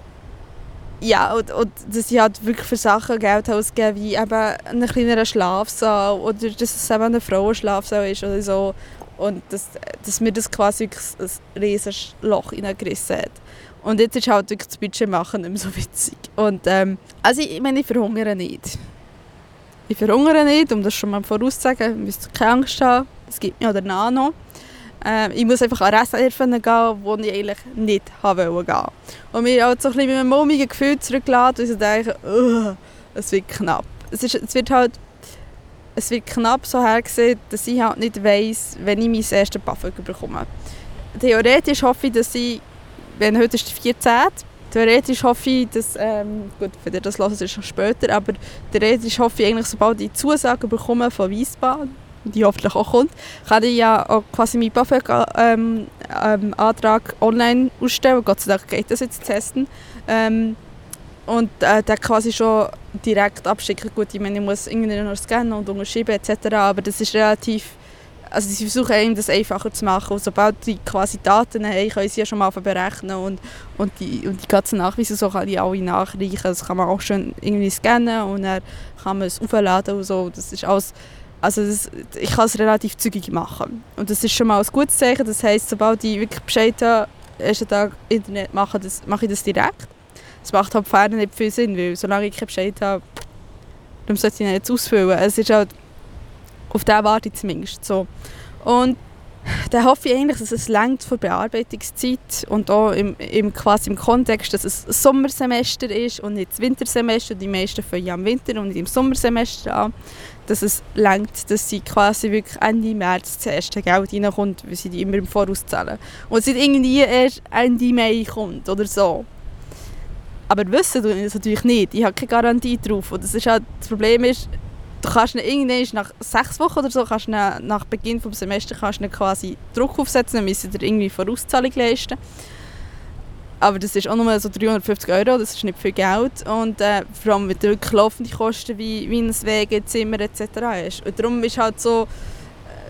ja, und, und dass ich halt wirklich für Sachen Geld ausgebe, wie eben einen kleineren Schlafsaal oder dass es eben ein Frauenschlafsaal ist oder so. Und dass, dass mir das quasi ein riesiges Loch hineingerissen hat. Und jetzt ist halt wirklich das Budget machen nicht mehr so witzig. Und ähm, also ich, ich meine, ich verhungere nicht. Ich verhungere nicht, um das schon mal vorauszusagen, ihr müsst keine Angst haben, es gibt mir danach noch. Ähm, ich muss einfach an Reserven gehen, wo ich eigentlich nicht haben wollte gehen. Und mir halt so ein bisschen mit einem mulmigen Gefühl zurückgelassen, weil ich denke, uh, es wird knapp. Es, ist, es, wird halt, es wird knapp so hergesehen, dass ich halt nicht weiss, wenn ich mein erstes BAföG bekomme. Theoretisch hoffe ich, dass ich, wenn heute ist der vierzehnte Theoretisch hoffe ich, dass, ähm, gut, wenn ihr das hört, ist es schon später, aber theoretisch hoffe ich eigentlich, sobald ich die Zusage bekomme von Wiesbaden, die hoffentlich auch kommt, kann ich ja auch quasi meinen BAföG-Antrag ähm, ähm, online ausstellen. Gott sei Dank geht das jetzt testen. Ähm, und äh, den quasi schon direkt abschicken. Gut, ich meine, ich muss irgendwie noch scannen und unterschreiben et cetera. Aber das ist relativ... Also sie versuchen einem das einfacher zu machen. Und sobald die quasi Daten haben, können sie ja schon mal berechnen und, und, die, und die ganzen Nachweise so kann ich alle nachreichen. Das kann man auch schon irgendwie scannen und dann kann man es aufladen und so. Das ist alles... Also das, ich kann es relativ zügig machen. Und das ist schon mal ein gutes Zeichen. Das heisst, sobald ich wirklich Bescheid habe, ersten Tag Internet mache, das, mache ich das direkt. Das macht halt vorher nicht viel Sinn, weil solange ich keinen Bescheid habe, dann sollte ich nicht ausfüllen. Es ist halt, auf den warte ich zumindest so. Und dann hoffe ich eigentlich, dass es reicht für Bearbeitungszeit und auch im, im, quasi im Kontext, dass es ein Sommersemester ist und nicht das Wintersemester. Die meisten fangen ja im Winter und nicht im Sommersemester an. Dass es reicht, dass sie quasi wirklich Ende März das erste Geld reinkommt, weil sie die immer im Voraus zahlen. Und es nicht irgendwie erst Ende Mai kommt oder so. Aber wissen tue ich das natürlich nicht. Ich habe keine Garantie drauf. Und das, ist halt, das Problem ist, du kannst irgendwann nach sechs Wochen oder so, kannst nach, nach Beginn des Semesters kannst quasi Druck aufsetzen, dann müssen dir irgendwie Vorauszahlung leisten. Aber das ist auch nur so dreihundertfünfzig Euro, das ist nicht viel Geld. Und äh, vor allem, wenn du wirklich laufende Kosten wie, wie ein Wegezimmer et cetera hast. Und darum ist halt so,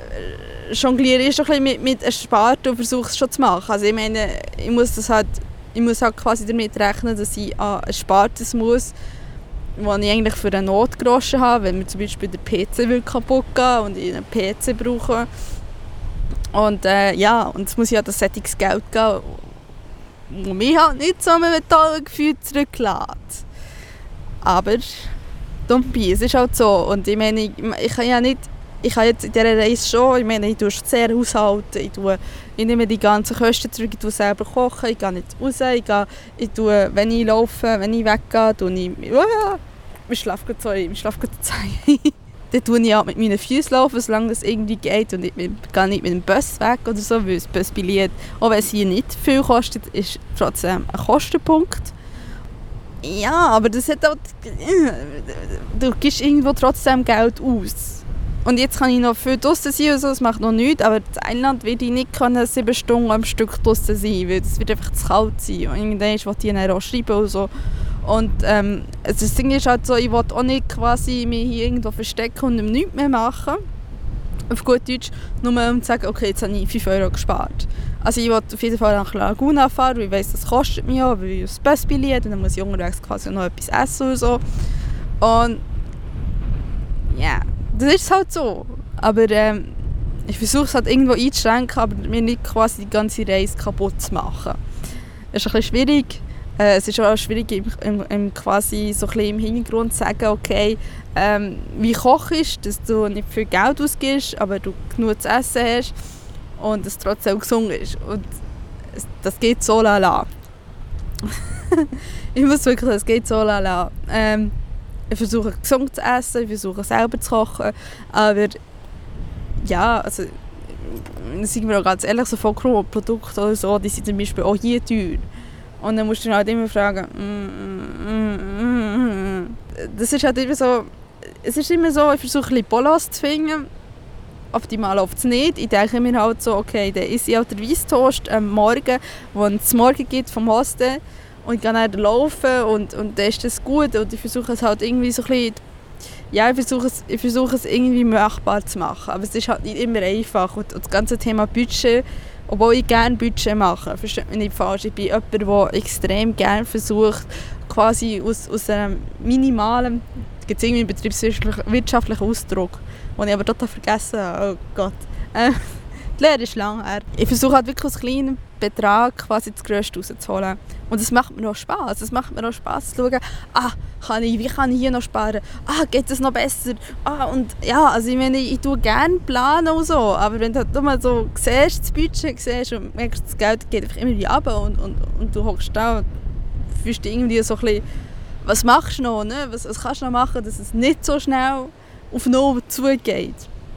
jongliere ich schon ein bisschen mit, mit Ersparten und versuche es schon zu machen. Also ich meine, ich muss, das halt, ich muss halt quasi damit rechnen, dass ich an Erspartes muss, wo ich eigentlich für einen Notgroschen habe, wenn mir zum Beispiel der P C will kaputt gehen und ich einen P C brauche. Und äh, ja, und es muss ja das solches Geld geben, das mich halt nicht so mit einem tollen Gefühl zurücklässt. Aber don't be, es ist halt so. Und ich meine, ich, ich kann ja nicht, ich kann jetzt in dieser Reise schon, ich meine, ich tue sehr haushalten, ich, tue, ich nehme die ganzen Kosten zurück, ich tue selber kochen, ich gehe nicht raus, ich, gehe, ich tue, wenn ich laufe, wenn ich weggehe, tue ich, oh, ich schlafe gerade, sorry, ich schlafe gerade zwei. Dann tue ich auch mit meinen Füßen laufen, solange das irgendwie geht und ich gehe nicht mit dem Bus weg oder so, weil das Busbillett, auch wenn es hier nicht viel kostet, ist trotzdem ein Kostenpunkt. Ja, aber das hat auch, du gibst irgendwo trotzdem Geld aus. Und jetzt kann ich noch viel draussen sein und so, das macht noch nichts, aber in Thailand werde ich nicht können, sieben Stunden am Stück draussen sein, weil es wird einfach zu kalt sein. Und irgendwann will ich dann auch schreiben und so. Und ähm, also das Ding ist halt so, ich will auch nicht quasi mich hier irgendwo verstecken und nichts mehr machen. Auf gut Deutsch, nur um zu sagen, okay, jetzt habe ich fünf Euro gespart. Also ich will auf jeden Fall nach Laguna fahren, weil ich weiss, das kostet mich auch, weil ich das Busbillett und dann muss ich unterwegs quasi noch etwas essen und so. Und ja, yeah, das ist halt so. Aber ähm, ich versuche es halt irgendwo einzuschränken, aber mir nicht quasi die ganze Reise kaputt zu machen. Es ist ein bisschen schwierig. Äh, es ist auch schwierig, im, im, im quasi so ein bisschen im Hintergrund zu sagen, okay, ähm, wie kochst du, dass du nicht viel Geld ausgibst, aber du genug zu essen hast und es trotzdem gesund ist. Und es, das geht so lala. Ich muss wirklich sagen, es geht so lala. Ähm, ich versuche gesund zu essen, ich versuche selber zu kochen, aber ja, also sagen wir auch ganz ehrlich, so Vollkornprodukte oder so, die sind zum Beispiel auch hier teuer. Und dann musst du halt immer fragen, mm, mm, mm, mm. Das ist halt immer so, es ist immer so, ich versuche ein bisschen Balance zu finden, optimal läuft es nicht. Ich denke mir halt so, okay, dann esse ich halt den Weisstoast am Morgen, wo es morgen gibt vom Hostel und ich gehe dann laufen und, und dann ist das gut und ich versuche es halt irgendwie so ein bisschen, ja, ich versuche es, ich versuche es irgendwie machbar zu machen, aber es ist halt nicht immer einfach und, und das ganze Thema Budget, obwohl ich gerne Budget mache, versteht mich nicht falsch, ich bin jemand, der extrem gerne versucht, quasi aus, aus einem minimalen, gibt es irgendwie einen betriebswirtschaftlichen Ausdruck, den ich aber total vergessen habe, oh Gott. Äh, die Lehre ist lang her. Ich versuche halt wirklich aus kleinen Betrag quasi das Größte rauszuholen. Und es macht mir auch Spass. Es macht mir auch Spass zu schauen, ah, kann ich, wie kann ich hier noch sparen? Ah, geht es noch besser? Ah, und ja, also ich meine, ich tue gerne planen und so, aber wenn du halt mal so siehst, das Budget siehst und merkst, das Geld geht einfach immer wieder runter und, und, und du hockst da und fühlst dich irgendwie so ein bisschen, was machst du noch, ne? was, was kannst du noch machen, dass es nicht so schnell auf Null zugeht.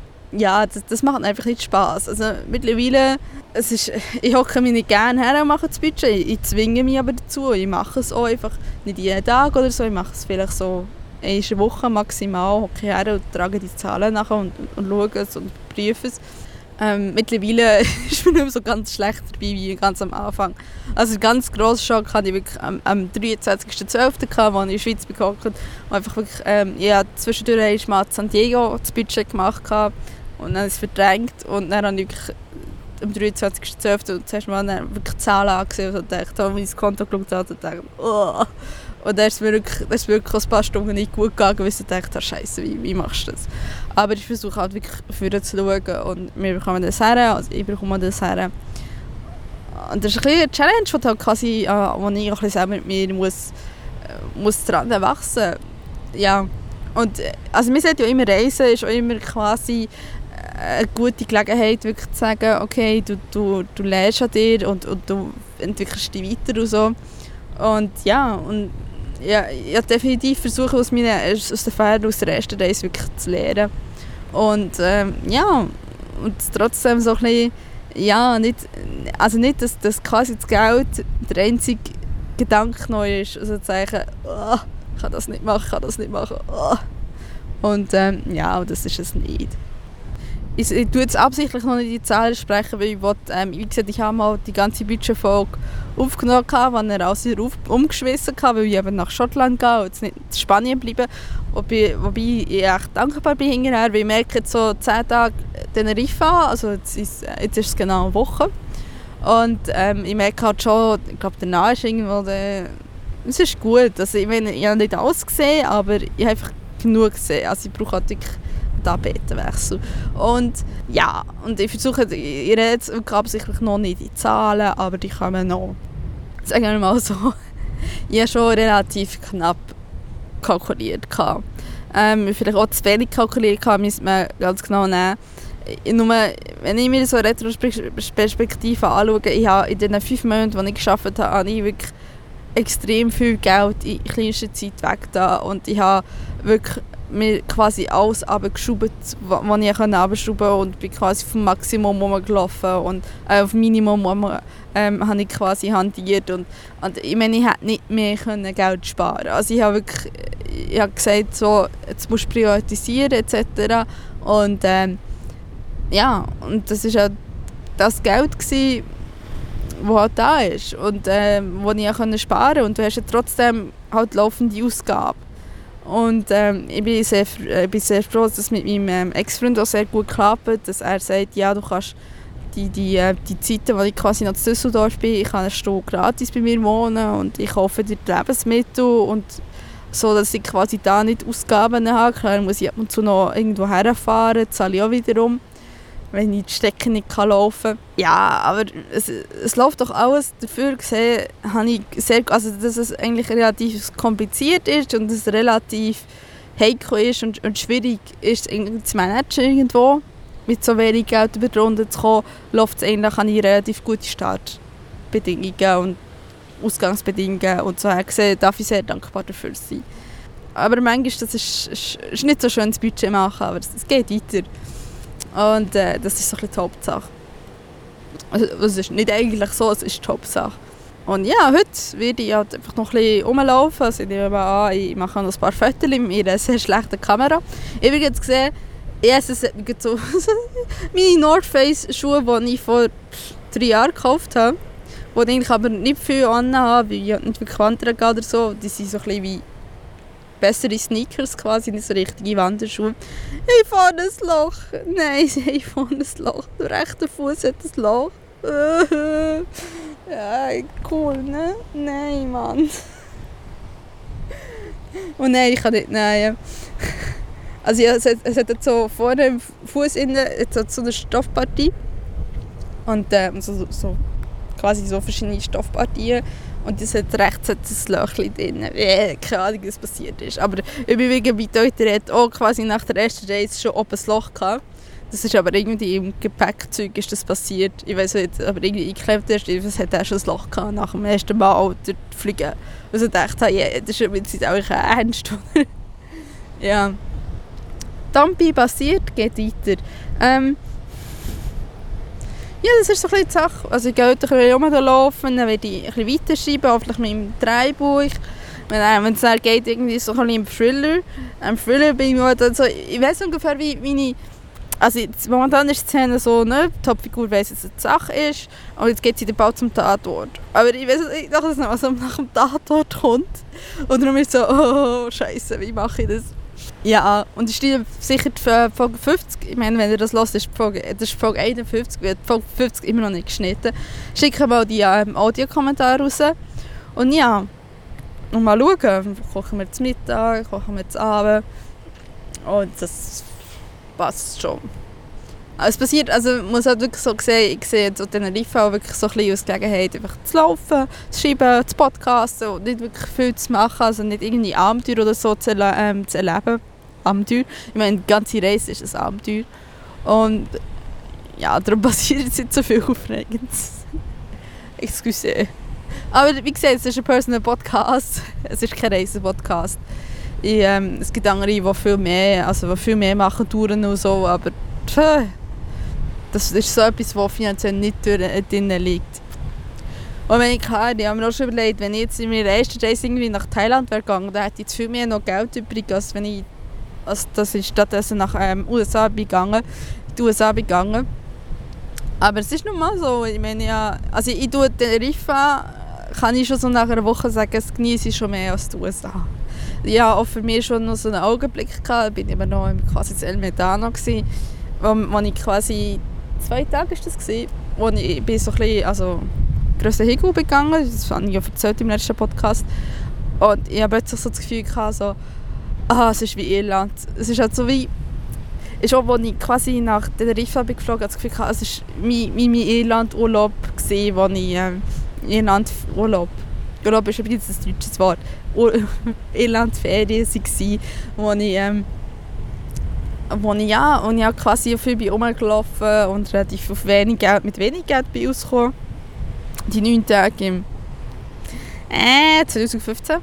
Ja, das, das macht einfach nicht Spass. Also mittlerweile, es ist, ich hocke mich nicht gerne her und mache das Budget. Ich, ich zwinge mich aber dazu. Ich mache es auch einfach nicht jeden Tag oder so. Ich mache es vielleicht so eine Woche maximal, hocke ich her und trage die Zahlen nachher und, und schaue es und prüfe es. Ähm, mittlerweile ist mir nicht mehr so ganz schlecht dabei wie ganz am Anfang. Also ganz grossen Schock hatte ich wirklich am, am dreiundzwanzigsten zwölften als ich in der Schweiz gehockt habe. Einfach wirklich, ähm, ja, zwischendurch mal in San Diego das Budget gemacht und dann habe ich es verdrängt und dann habe ich wirklich am dreiundzwanzigsten zwölften und zuerst mal dann wirklich Zahlen angesehen und dachte, habe mein Konto geschaut und dachte, oh. Und dann ist es mir wirklich, ist wirklich ein paar Stunden nicht gut gegangen, weil ich dachte, Scheiße, wie, wie machst du das? Aber ich versuche halt wirklich vorher zu schauen und wir bekommen das her, also ich bekomme das her. Und das ist ein bisschen eine Challenge, die halt quasi, wo ich auch selber mit mir muss, muss dran wachsen. Ja. Und also wir sagen ja immer, Reisen ist auch immer quasi eine gute Gelegenheit, wirklich zu sagen, okay, du, du, du lernst an dir und, und du entwickelst dich weiter und so. Und ja, und ja, ich habe definitiv versucht, aus, meinen, aus den Fehlern aus der ersten Reise wirklich zu lernen. Und ähm, ja, und trotzdem so ein bisschen, ja, nicht, also nicht, dass, dass quasi das Geld der einzige Gedanke neu ist, also zu sagen, oh, ich kann das nicht machen, ich kann das nicht machen. Oh. Und ähm, ja, das ist es nicht. Ich, ich tue jetzt absichtlich noch nicht die Zahlen sprechen, weil ich wollte, ähm, wie gesagt, ich habe mal die ganze Budgetfolge aufgenommen, als er alles wieder auf, umgeschmissen hatte, weil ich eben nach Schottland gehe und jetzt nicht in Spanien bleibe. Wobei, wobei ich echt dankbar bin hinterher, weil ich merke jetzt so zehn Tage Teneriffa, also jetzt ist, jetzt ist es genau eine Woche. Und ähm, ich merke halt schon, ich glaube danach ist irgendwo der, es ist gut. Also ich meine, ich habe nicht alles gesehen, aber ich habe einfach genug gesehen. Also ich brauche halt wirklich einen Tapetenwechsel. Und ja, und ich versuche, ich rede jetzt absichtlich noch nicht die Zahlen, aber die kommen noch. Sagen wir mal so, ich habe schon relativ knapp kalkuliert. Ähm, vielleicht auch zu wenig kalkuliert, müsste man ganz genau nehmen. Nur, wenn ich mir so eine Retrospektive anschaue, ich habe in den fünf Monaten, die ich gearbeitet habe, habe ich wirklich extrem viel Geld in kleinster Zeit weg da und ich habe wirklich mir quasi alles runtergeschraubt, was ich runterschrauben konnte und bin quasi vom Maximum rumgelaufen und äh, auf Minimum rum, ähm, habe ich quasi hantiert und, und ich meine, ich hätte nicht mehr können Geld sparen. Also ich habe wirklich ich habe gesagt, so, jetzt musst du priorisieren et cetera. Und ähm, ja, und das war halt das Geld gewesen, das halt da ist und ähm, das ich auch sparen konnte. Und du hast ja trotzdem halt laufende Ausgaben. Und ähm, ich, bin sehr, ich bin sehr froh, dass es mit meinem ähm, Ex-Freund auch sehr gut klappt, dass er sagt, ja, du kannst die, die, äh, die Zeiten, wo ich quasi noch in Düsseldorf bin, ich kann eine Stunde gratis bei mir wohnen und ich kaufe dir die Lebensmittel und so, dass ich quasi da nicht Ausgaben habe. Klar muss ich ab und zu noch irgendwo herfahren, zahle ich auch wiederum, wenn ich die Strecke nicht kann laufen kann. Ja, aber es, es läuft doch alles. Dafür gesehen habe ich sehr, also dass es eigentlich relativ kompliziert ist und es relativ heikel ist und, und schwierig ist, irgendwie zu managen irgendwo. Mit so wenig Geld über die Runde zu kommen, läuft es eigentlich an relativ gute Startbedingungen und Ausgangsbedingungen. Und so gesehen darf ich sehr dankbar dafür sein. Aber manchmal das ist, ist, ist nicht so schön, das Budget machen, aber es, es geht weiter. Und äh, das ist so ein bisschen die Hauptsache. Also, es ist nicht eigentlich so, es ist die Hauptsache. Und ja, heute werde ich halt einfach noch ein bisschen rumlaufen. Also ich nehme mal an, ich mache noch ein paar Fotos mit einer sehr schlechten Kamera. Ich habe jetzt gesehen, yes, es hat mich so meine North Face Schuhe, die ich vor drei Jahren gekauft habe, die ich eigentlich aber nicht viel anhabe, weil ich nicht wirklich wandern gehe oder so. Die sind so ein bisschen wie bessere Sneakers quasi, nicht so richtige Wanderschuhe. Ich fahre ein Loch. Nein, ich fahre ein Loch. Der rechte Fuß hat ein Loch. Ja, cool, ne? Nein, Mann. Oh nein, ich kann nicht nähen. Also ja, es hat, es hat so vorne im Fuß innen so eine Stoffpartie. Und ähm, so, so, quasi so verschiedene Stoffpartien. Und es hat rechts hat ein Löchchen drin. Äh, keine Ahnung, was passiert ist. Aber überwiegend bei Deuter hat auch quasi nach der ersten Reise schon oben ein Loch gehabt. Das ist aber irgendwie im Gepäckzeug ist das passiert. Ich weiß nicht, aber irgendwie eingeklebt ist, es hat auch schon ein Loch gehabt nach dem ersten Mal durch die Fliegen. Also ich dachte, yeah, das ist jetzt auch ernst. Ja. Tampi passiert, geht weiter. Ähm, ja, das ist so ein bisschen die Sache. Also ich gehe heute ein bisschen rumlaufen, dann werde ich ein bisschen weiterschreiben, hoffentlich mit meinem Drehbuch. Wenn es dann geht, irgendwie so ein bisschen im Thriller. Im Thriller bin ich halt so, ich weiss ungefähr, wie meine... Also jetzt, momentan ist die Szene so, ne, die Hauptfigur weiss, dass es eine Sache ist, und jetzt geht sie dann bald zum Tatort. Aber ich weiss nicht, was nach dem Tatort kommt. Und darum ist es so, oh, Scheiße, wie mache ich das? Ja, und ich stehe sicher die Folge fünfzig, ich meine, wenn ihr das hört, ist die Folge, das ist Folge einundfünfzig, wird die Folge fünfzig immer noch nicht geschnitten. Schicke mal die ähm, Audiokommentare raus. Und ja, und mal schauen, kochen wir zum Mittag, kochen wir zum Abend. Und das passt schon. Es passiert, also man muss halt wirklich so sehen, ich sehe so Tenerife auch wirklich so ein bisschen als Gelegenheit, einfach zu laufen, zu schreiben, zu podcasten und nicht wirklich viel zu machen, also nicht irgendwie Abenteuer oder so zu, erle- ähm, zu erleben. Abenteuer. Ich meine, die ganze Reise ist ein Abenteuer. Und ja, darum passiert jetzt nicht so viel Aufregendes. Excuse. Aber wie gesagt, es ist ein Personal Podcast, es ist kein Reisen-Podcast. Ich, ähm, es gibt andere, die viel mehr, also die viel mehr machen, Touren und so, aber pff, das ist so etwas, was finanziell nicht drin liegt. Und wenn ich kann, ich habe mir auch schon überlegt, wenn ich jetzt in meiner ersten Reise irgendwie nach Thailand wäre gegangen, dann hätte ich jetzt viel mehr noch Geld übrig, als wenn ich, also dass ich stattdessen nach ähm, U S A bin gegangen, in die U S A bin gegangen. Aber es ist nun mal so, ich meine ja, also ich tue Teneriffa, kann ich schon so nach einer Woche sagen, es genieße ich schon mehr als die U S A. ja, auch für mich schon noch so einen Augenblick gehabt. Da bin ich immer noch quasi in El Medano gsi, wo, wo ich quasi zwei Tage ist das gsi, wo ich bin so ein bisschen, also grösser Higel begangen. Das habe ich ja erzählt im letzten Podcast. Und ich habe plötzlich so das Gefühl gehabt, so, ah, es ist wie Irland. Es ist halt so wie, ist auch, als ich quasi nach Teneriffa bin geflogen, habe ich das Gefühl gehabt, es war mein, mein, mein Irland-Urlaub, wo ich ähm, Irland-Urlaub, Urlaub ist übrigens ein deutsches Wort, Irland-Ferien waren, wo ich, ähm, wo ich, ja, und ich quasi viel bin rumgelaufen und relativ auf wenig Geld, mit wenig Geld bin rausgekommen. Die neun Tage im äh, zwanzig fünfzehn.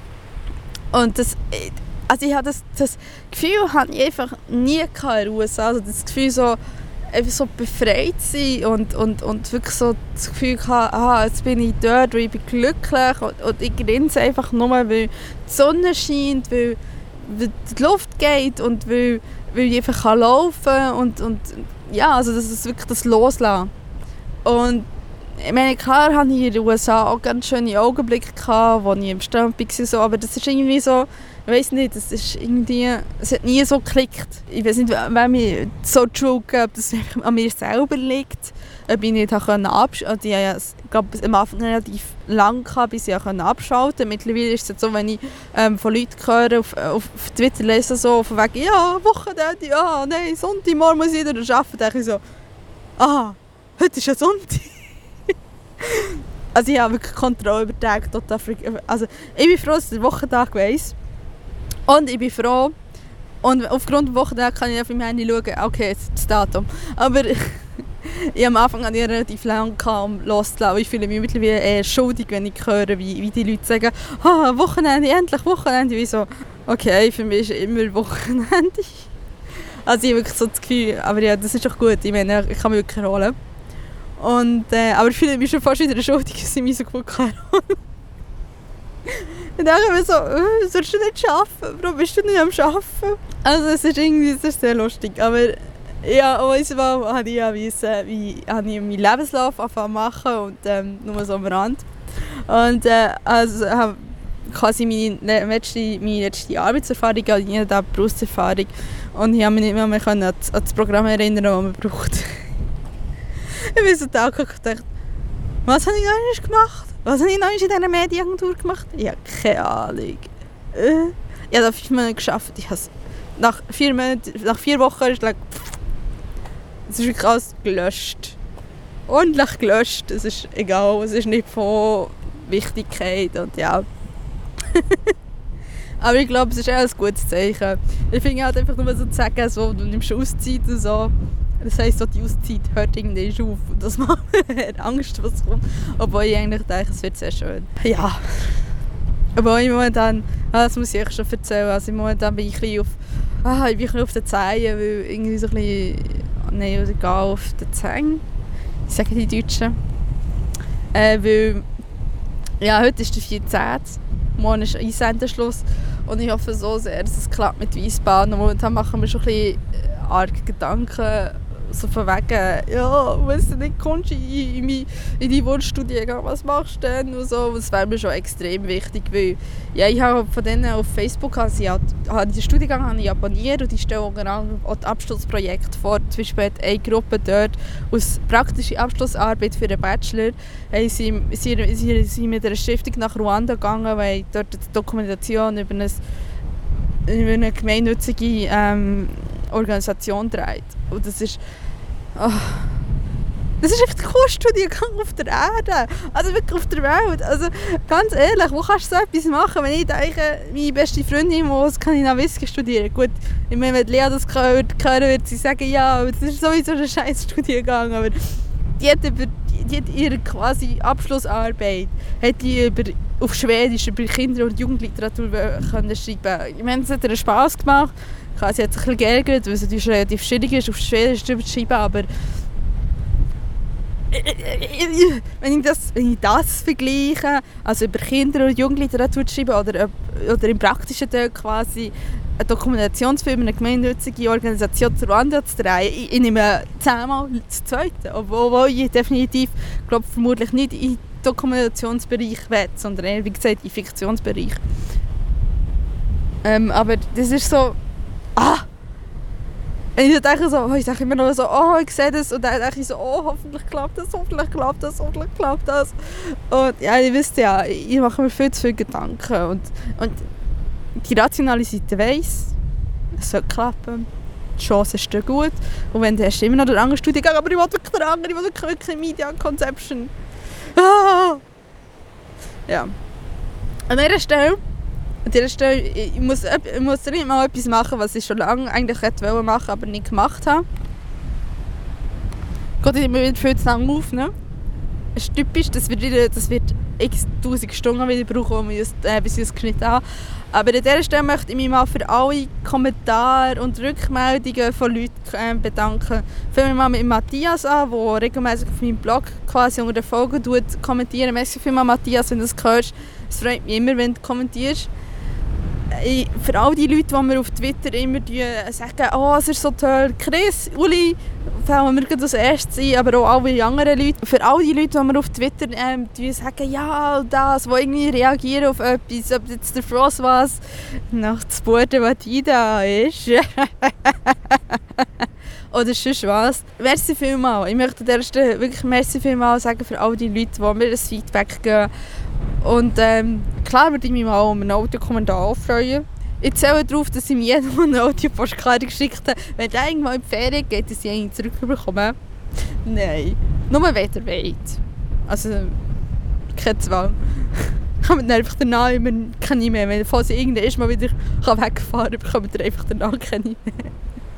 Und das, also ich habe das, das Gefühl hatte ich einfach nie in den U S A. Also das Gefühl, so, einfach so befreit zu sein und, und, und wirklich so das Gefühl hatte, ah, jetzt bin ich dort und ich bin glücklich und, und ich grinse einfach nur, weil die Sonne scheint, weil, weil die Luft geht und weil, weil ich einfach laufen kann und, und ja, also das ist wirklich das Loslassen. Und ich meine, klar hatte ich in den U S A auch ganz schöne Augenblicke gehabt, wo ich im Strand war, so, aber das ist irgendwie so, ich weiß nicht, das ist irgendwie, es hat nie so geklickt. Ich weiß nicht, wenn mir so true ob das an mir selber liegt, ob ich nicht abschalten konnte. Also ich glaube, am Anfang relativ lang gehabt, bis ich abschalten konnte. Mittlerweile ist es so, wenn ich ähm, von Leuten höre, auf, auf Twitter lese, so von wegen, ja, Wochenende, ja, nein, Sonntagmorgen muss ich wieder arbeiten, denke ich so, ah, heute ist ja Sonntag. Also ich habe wirklich Kontrolle über die Tage. Also ich bin froh, dass ich den Wochentag weiss. Und ich bin froh, und aufgrund des Wochentags kann ich auf mein Handy schauen, okay, jetzt das Datum. Aber ich am Anfang hatte ich relativ lange, um loszulassen. Ich fühle mich mittlerweile eher schuldig, wenn ich höre, wie, wie die Leute sagen, ah, Wochenende, endlich Wochenende. Wie so, okay, für mich ist immer Wochenende. Also ich habe wirklich so das Gefühl, aber ja, das ist doch gut, ich meine, ich kann mich wirklich erholen. Und, äh, aber ich fühle mich schon fast wieder schuldig, dass ich mich so gut erholen kann. Ich dachte mir so, äh, sollst du nicht arbeiten? Warum bist du nicht am Arbeiten? Also es ist irgendwie es ist sehr lustig, aber ja, weiss mal, habe ich ja wissen, wie habe ich meinen Lebenslauf angefangen machen und ähm, nur so am Rand. Und äh, also habe quasi meine letzte, meine letzte Arbeitserfahrung, also nicht eine Berufserfahrung, und ich habe mich nicht mehr, mehr an das Programm erinnern, das man braucht. Ich bin so da und dachte, was habe ich noch gemacht? Was habe ich noch in dieser Medienagentur gemacht? Ich habe keine Ahnung. Äh, ich habe fünf Monate geschafft. Ich habe nach vier Monaten, nach vier Wochen ist es es ist wirklich alles gelöscht. Ordentlich gelöscht. Es ist egal, es ist nicht von Wichtigkeit und ja. Aber ich glaube, es ist auch ein gutes Zeichen. Ich finde halt einfach nur so zu sagen, so, du nimmst Auszeit und so. Das heisst, so die Auszeit hört irgendwie auf. Und das macht mir Angst, was kommt. Obwohl ich eigentlich denke, es wird sehr schön. Ja. Aber ich momentan, ah, das muss ich euch schon erzählen, also momentan bin ich ein bisschen auf, ah, ich bin ein bisschen auf den Zehen, weil irgendwie so ein bisschen, nein, egal, auf den Zehen, sagen die Deutschen. Äh, weil, ja, heute ist der vierzehnte Morgen ist Einsendeschluss und ich hoffe so sehr, dass es klappt mit Wiesbaden. Momentan machen wir schon ein bisschen arg Gedanken, so von wegen, ja, wenn du nicht kommst in, in, in deinen Wunschstudiengang, was machst du denn? Und so. Das wäre mir schon extrem wichtig, weil ja, ich habe von denen auf Facebook, also ich habe, den Studiengang habe ich abonniert und die stellen auch das Abschlussprojekt vor. Zum Beispiel hat eine Gruppe dort aus praktischer Abschlussarbeit für einen Bachelor, hey, sie, sie, sie sind mit einer Stiftung nach Ruanda gegangen, weil dort die Dokumentation über, eine, über eine gemeinnützige ähm, Organisation dreht. Und das ist, oh, das ist echt der coolste Studiengang auf der Erde. Also wirklich auf der Welt. Also ganz ehrlich, wo kannst du so etwas machen, wenn ich denke, meine beste Freundin muss Skandinavistik studieren? Gut, ich meine, wenn Lea das hören würde, würde sie sagen, ja, das ist sowieso ein scheiß Studiengang. Aber die hat, über, die hat ihre quasi Abschlussarbeit hat die über, auf Schwedisch über Kinder- und Jugendliteratur können schreiben. Ich meine, es hat ihr Spass gemacht. Sie hat sich ein bisschen geärgert, weil es natürlich relativ schwierig ist, auf Schwedisch drüber zu schreiben, aber wenn ich das, wenn ich das vergleiche, also über Kinder- und Jugendliteratur zu schreiben oder, oder im praktischen Teil quasi einen Dokumentationsfilm, eine gemeinnützige Organisation zu Rwanda zu drehen, ich, ich nehme zehnmal das Zweite, obwohl ich definitiv, glaube vermutlich nicht in den Dokumentationsbereich will, sondern eher, wie gesagt, in den Fiktionsbereich. Ähm, aber das ist so... Ah! Und ich denke so, oh, ich denke immer noch so, oh, ich sehe das. Und dann denke ich so, oh, hoffentlich klappt das, hoffentlich klappt das, hoffentlich klappt das. Und ja, ihr wisst ja, ich mache mir viel zu viele Gedanken. Und, und die rationale Seite weiss, es soll klappen. Die Chance ist dann gut. Und wenn, dann hast du immer noch den anderen Studiengang, aber ich will wirklich den anderen, ich will wirklich Media Conception. Ah! Ja. An dieser Stelle, an dieser Stelle ich, muss, ich muss nicht mal etwas machen, was ich schon lange eigentlich hätte wollen machen, aber nicht gemacht habe. Geht immer wieder viel zu lange auf, ne? Es ist typisch, das wird, wieder, das wird x tausend Stunden wieder brauchen, äh, bis ich es geschnitten habe. Aber an dieser Stelle möchte ich mich mal für alle Kommentare und Rückmeldungen von Leuten äh, bedanken. Fangen wir mal mit Matthias an, der regelmäßig auf meinem Blog quasi unter den Folgen kommentiert. Merci vielmals, Matthias, wenn du das hörst. Es freut mich immer, wenn du kommentierst. Ich, für all die Leute, die mir auf Twitter immer die, äh, sagen, oh, es ist so toll, Chris, Uli, fallen mir gerade als erstes ein, aber auch alle anderen Leute. Für all die Leute, die mir auf Twitter ähm, die sagen, ja, das, die irgendwie reagieren auf etwas, ob jetzt der Frost was nach das Boden, was die da ist. Oder sonst was. Merci vielmals. Ich möchte an dieser Stelle wirklich merci vielmals sagen für all die Leute, die mir das Feedback geben. Und ähm, klar würde ich mich mal um einen Audiokommentar freuen. Ich zähle darauf, dass ich mir jedem eine Audio-Postkarte geschickt habe. Wenn der irgendwann in die Ferien geht, dass ich einen zurückbekomme. Nein. Nur wenn er will. Also, kein Zwang. Ich kann mir einfach danach immer keine mehr. Wenn falls ich irgendwann erst mal wieder wegfahren kann, bekomme ich einfach danach keine mehr.